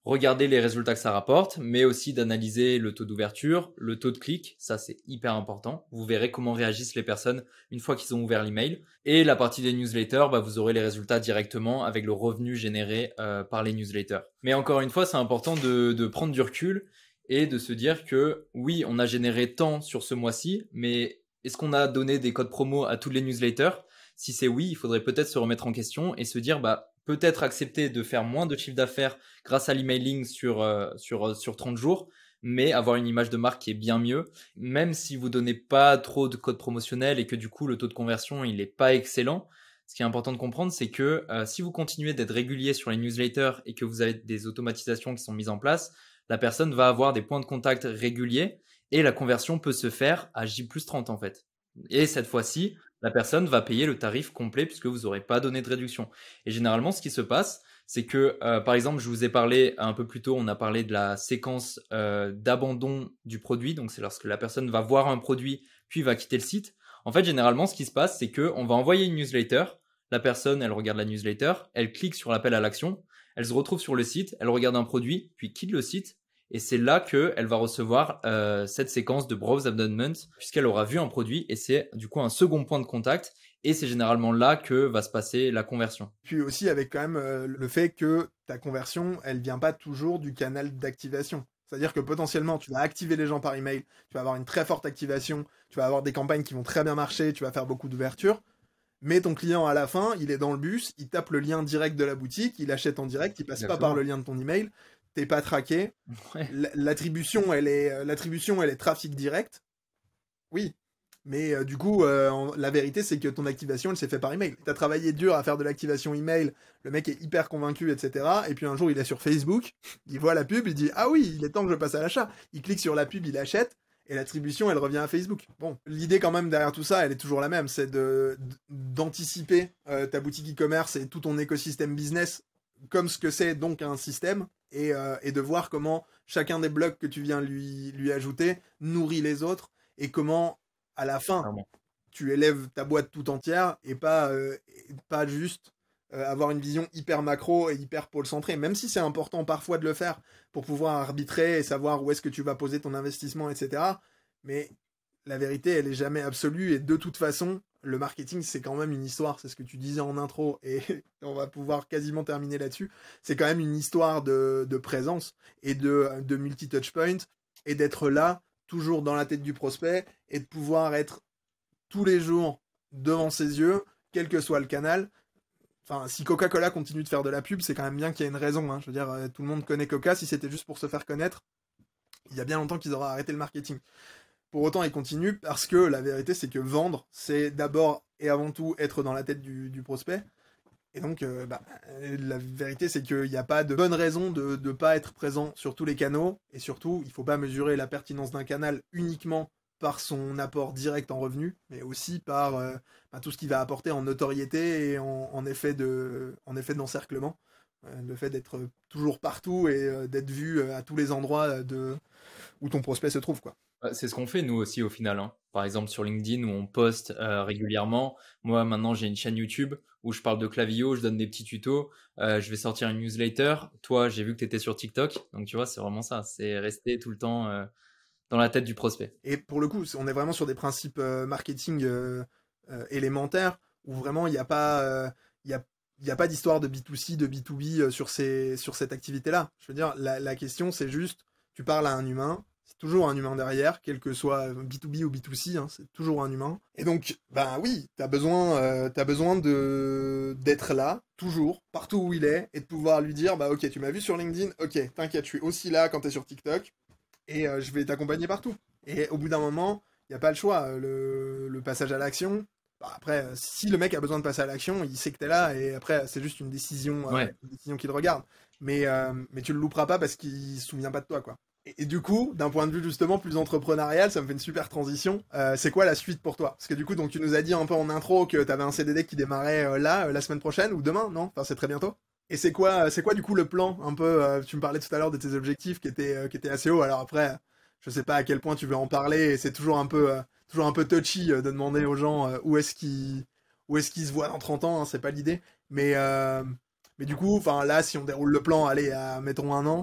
regarder les résultats que ça rapporte, mais aussi d'analyser le taux d'ouverture, le taux de clic, ça c'est hyper important. Vous verrez comment réagissent les personnes une fois qu'ils ont ouvert l'email. Et la partie des newsletters, bah, vous aurez les résultats directement avec le revenu généré euh, par les newsletters. Mais encore une fois, c'est important de, de prendre du recul et de se dire que oui, on a généré tant sur ce mois-ci, mais est-ce qu'on a donné des codes promo à tous les newsletters ? Si c'est oui, il faudrait peut-être se remettre en question et se dire bah peut-être accepter de faire moins de chiffre d'affaires grâce à l'emailing sur, euh, sur, sur trente jours, mais avoir une image de marque qui est bien mieux, même si vous donnez pas trop de codes promotionnels et que du coup le taux de conversion il est pas excellent. Ce qui est important de comprendre, c'est que euh, si vous continuez d'être régulier sur les newsletters et que vous avez des automatisations qui sont mises en place, la personne va avoir des points de contact réguliers et la conversion peut se faire à J plus trente en fait. Et cette fois-ci, la personne va payer le tarif complet puisque vous n'aurez pas donné de réduction. Et généralement, ce qui se passe, c'est que, euh, par exemple, je vous ai parlé un peu plus tôt, on a parlé de la séquence euh, d'abandon du produit. Donc, c'est lorsque la personne va voir un produit, puis va quitter le site. En fait, généralement, ce qui se passe, c'est qu'on va envoyer une newsletter. La personne, elle regarde la newsletter, elle clique sur l'appel à l'action, elle se retrouve sur le site, elle regarde un produit, puis quitte le site. Et c'est là qu'elle va recevoir euh, cette séquence de browse abandonment puisqu'elle aura vu un produit et c'est du coup un second point de contact et c'est généralement là que va se passer la conversion. Puis aussi avec quand même euh, le fait que ta conversion, elle vient pas toujours du canal d'activation. C'est-à-dire que potentiellement, tu vas activer les gens par email, tu vas avoir une très forte activation, tu vas avoir des campagnes qui vont très bien marcher, tu vas faire beaucoup d'ouverture, mais ton client à la fin, il est dans le bus, il tape le lien direct de la boutique, il achète en direct, il passe Exactement. Pas par le lien de ton email. T'es pas traqué. Ouais. L'attribution, elle est, l'attribution, elle est trafic direct. Oui. Mais euh, du coup, euh, en, la vérité, c'est que ton activation, elle s'est faite par email. T'as travaillé dur à faire de l'activation email. Le mec est hyper convaincu, et cetera. Et puis un jour, il est sur Facebook. Il voit la pub. Il dit, ah oui, il est temps que je passe à l'achat. Il clique sur la pub, il achète. Et l'attribution, elle revient à Facebook. Bon, l'idée quand même derrière tout ça, elle est toujours la même. C'est de, d'anticiper euh, ta boutique e-commerce et tout ton écosystème business comme ce que c'est donc un système, et, euh, et de voir comment chacun des blocs que tu viens lui, lui ajouter nourrit les autres, et comment, à la fin, Vraiment. Tu élèves ta boîte tout entière, et pas, euh, et pas juste euh, avoir une vision hyper macro et hyper pôle-centrée, même si c'est important parfois de le faire pour pouvoir arbitrer et savoir où est-ce que tu vas poser ton investissement, et cetera. Mais la vérité, elle est jamais absolue, et de toute façon, le marketing, c'est quand même une histoire, c'est ce que tu disais en intro, et on va pouvoir quasiment terminer là-dessus. C'est quand même une histoire de, de présence et de, de multi-touchpoint, et d'être là, toujours dans la tête du prospect, et de pouvoir être tous les jours devant ses yeux, quel que soit le canal. Enfin, si Coca-Cola continue de faire de la pub, c'est quand même bien qu'il y ait une raison. Hein. Je veux dire, tout le monde connaît Coca, si c'était juste pour se faire connaître, il y a bien longtemps qu'ils auraient arrêté le marketing. Pour autant, il continue parce que la vérité, c'est que vendre, c'est d'abord et avant tout être dans la tête du, du prospect. Et donc, euh, bah, la vérité, c'est qu'il n'y a pas de bonne raison de ne pas être présent sur tous les canaux. Et surtout, il ne faut pas mesurer la pertinence d'un canal uniquement par son apport direct en revenus, mais aussi par euh, bah, tout ce qu'il va apporter en notoriété et en, en effet de, en effet d'encerclement. Euh, le fait d'être toujours partout et euh, d'être vu à tous les endroits de, où ton prospect se trouve, quoi. C'est ce qu'on fait nous aussi au final. Hein. Par exemple sur LinkedIn où on poste euh, régulièrement. Moi maintenant j'ai une chaîne YouTube où je parle de Klaviyo, je donne des petits tutos. Euh, je vais sortir une newsletter. Toi j'ai vu que tu étais sur TikTok. Donc tu vois c'est vraiment ça. C'est rester tout le temps euh, dans la tête du prospect. Et pour le coup on est vraiment sur des principes euh, marketing euh, euh, élémentaires où vraiment il n'y a pas... il euh, y a Il n'y a pas d'histoire de B deux C, de B deux B sur, ces, sur cette activité-là. Je veux dire, la, la question, c'est juste, tu parles à un humain, c'est toujours un humain derrière, quel que soit B deux B ou B deux C, hein, c'est toujours un humain. Et donc, ben oui, t'as besoin, euh, t'as besoin de, d'être là, toujours, partout où il est, et de pouvoir lui dire, bah ok, tu m'as vu sur LinkedIn, ok, t'inquiète, je suis aussi là quand t'es sur TikTok, et euh, je vais t'accompagner partout. Et au bout d'un moment, il n'y a pas le choix, le, le passage à l'action. Bah après, si le mec a besoin de passer à l'action, il sait que t'es là, et après, c'est juste une décision, ouais. euh, une décision qu'il regarde. Mais, euh, mais tu le louperas pas parce qu'il se souvient pas de toi, quoi. Et, et du coup, d'un point de vue justement plus entrepreneurial, ça me fait une super transition. Euh, c'est quoi la suite pour toi? Parce que du coup, donc tu nous as dit un peu en intro que t'avais un C D D qui démarrait euh, là, euh, la semaine prochaine, ou demain, non? Enfin, c'est très bientôt. Et c'est quoi, c'est quoi du coup le plan? Un peu, euh, tu me parlais tout à l'heure de tes objectifs qui étaient, euh, qui étaient assez hauts. Alors après, je sais pas à quel point tu veux en parler, et c'est toujours un peu, euh, toujours un peu touchy euh, de demander aux gens euh, où est-ce qu'ils, où est-ce qu'ils se voient dans trente ans, hein, c'est pas l'idée. Mais, euh, mais du coup, enfin là, si on déroule le plan, allez, à, mettons un an,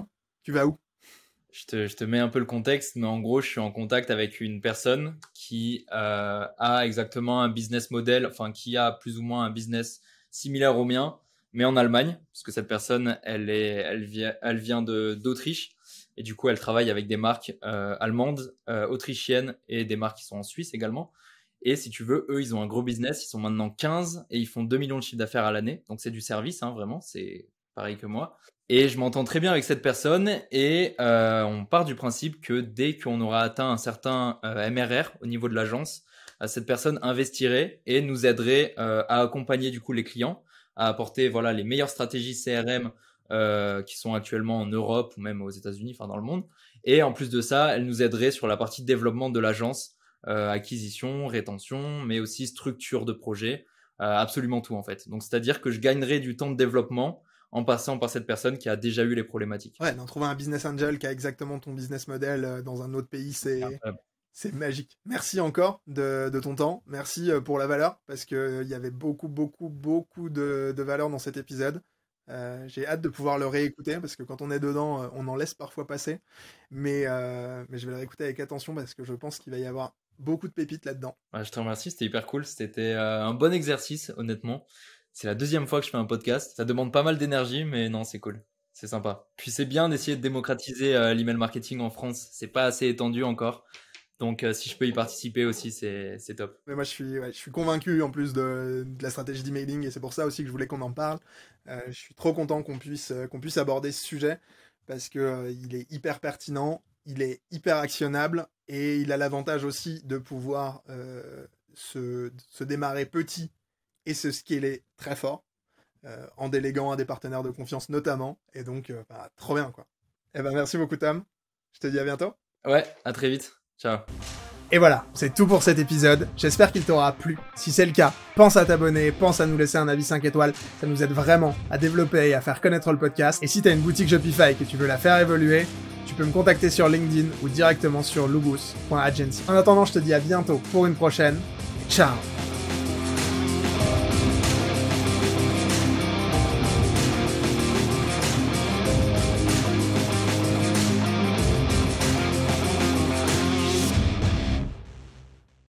Tu vas où? Je te, je te mets un peu le contexte, mais en gros, je suis en contact avec une personne qui euh, a exactement un business model, enfin qui a plus ou moins un business similaire au mien, mais en Allemagne, parce que cette personne, elle est, elle vient, elle vient de d'Autriche, et du coup, elle travaille avec des marques euh, allemandes, euh, autrichiennes et des marques qui sont en Suisse également. Et si tu veux, eux, ils ont un gros business, ils sont maintenant quinze et ils font deux millions de chiffres d'affaires à l'année, donc c'est du service, hein, vraiment, c'est pareil que moi. Et je m'entends très bien avec cette personne et euh, on part du principe que dès qu'on aura atteint un certain euh, M R R au niveau de l'agence, euh, cette personne investirait et nous aiderait euh, à accompagner du coup les clients, à apporter voilà les meilleures stratégies C R M euh, qui sont actuellement en Europe ou même aux États-Unis, enfin dans le monde. Et en plus de ça, elle nous aiderait sur la partie développement de l'agence, euh, acquisition, rétention, mais aussi structure de projet, euh, absolument tout en fait. Donc c'est-à-dire que je gagnerais du temps de développement en passant par cette personne qui a déjà eu les problématiques. Ouais, d'en trouver un business angel qui a exactement ton business model euh, dans un autre pays, c'est c'est magique. Merci encore de, de ton temps. Merci euh, pour la valeur, parce qu'il euh, y avait beaucoup, beaucoup, beaucoup de, de valeur dans cet épisode. Euh, j'ai hâte de pouvoir le réécouter, parce que quand on est dedans, euh, on en laisse parfois passer. Mais, euh, mais je vais le réécouter avec attention, parce que je pense qu'il va y avoir beaucoup de pépites là-dedans. Ouais, je te remercie, c'était hyper cool. C'était euh, un bon exercice, honnêtement. C'est la deuxième fois que je fais un podcast. Ça demande pas mal d'énergie, mais non, c'est cool. C'est sympa. Puis c'est bien d'essayer de démocratiser euh, l'email marketing en France. C'est pas assez étendu encore. Donc euh, si je peux y participer aussi, c'est, c'est top. Mais moi, je suis, ouais, je suis convaincu en plus de, de la stratégie d'emailing et c'est pour ça aussi que je voulais qu'on en parle. Euh, je suis trop content qu'on puisse, euh, qu'on puisse aborder ce sujet parce que euh, il est hyper pertinent, il est hyper actionnable et il a l'avantage aussi de pouvoir euh, se, se démarrer petit et se scaler très fort euh, en déléguant à des partenaires de confiance notamment. Et donc, euh, bah, trop bien quoi. Eh ben, merci beaucoup Tom. Je te dis à bientôt. Ouais, à très vite. Ciao. Et voilà, c'est tout pour cet épisode. J'espère qu'il t'aura plu. Si c'est le cas, pense à t'abonner, pense à nous laisser un avis cinq étoiles. Ça nous aide vraiment à développer et à faire connaître le podcast. Et si t'as une boutique Shopify et que tu veux la faire évoluer, tu peux me contacter sur LinkedIn ou directement sur lugus point agency. En attendant, je te dis à bientôt pour une prochaine. Ciao!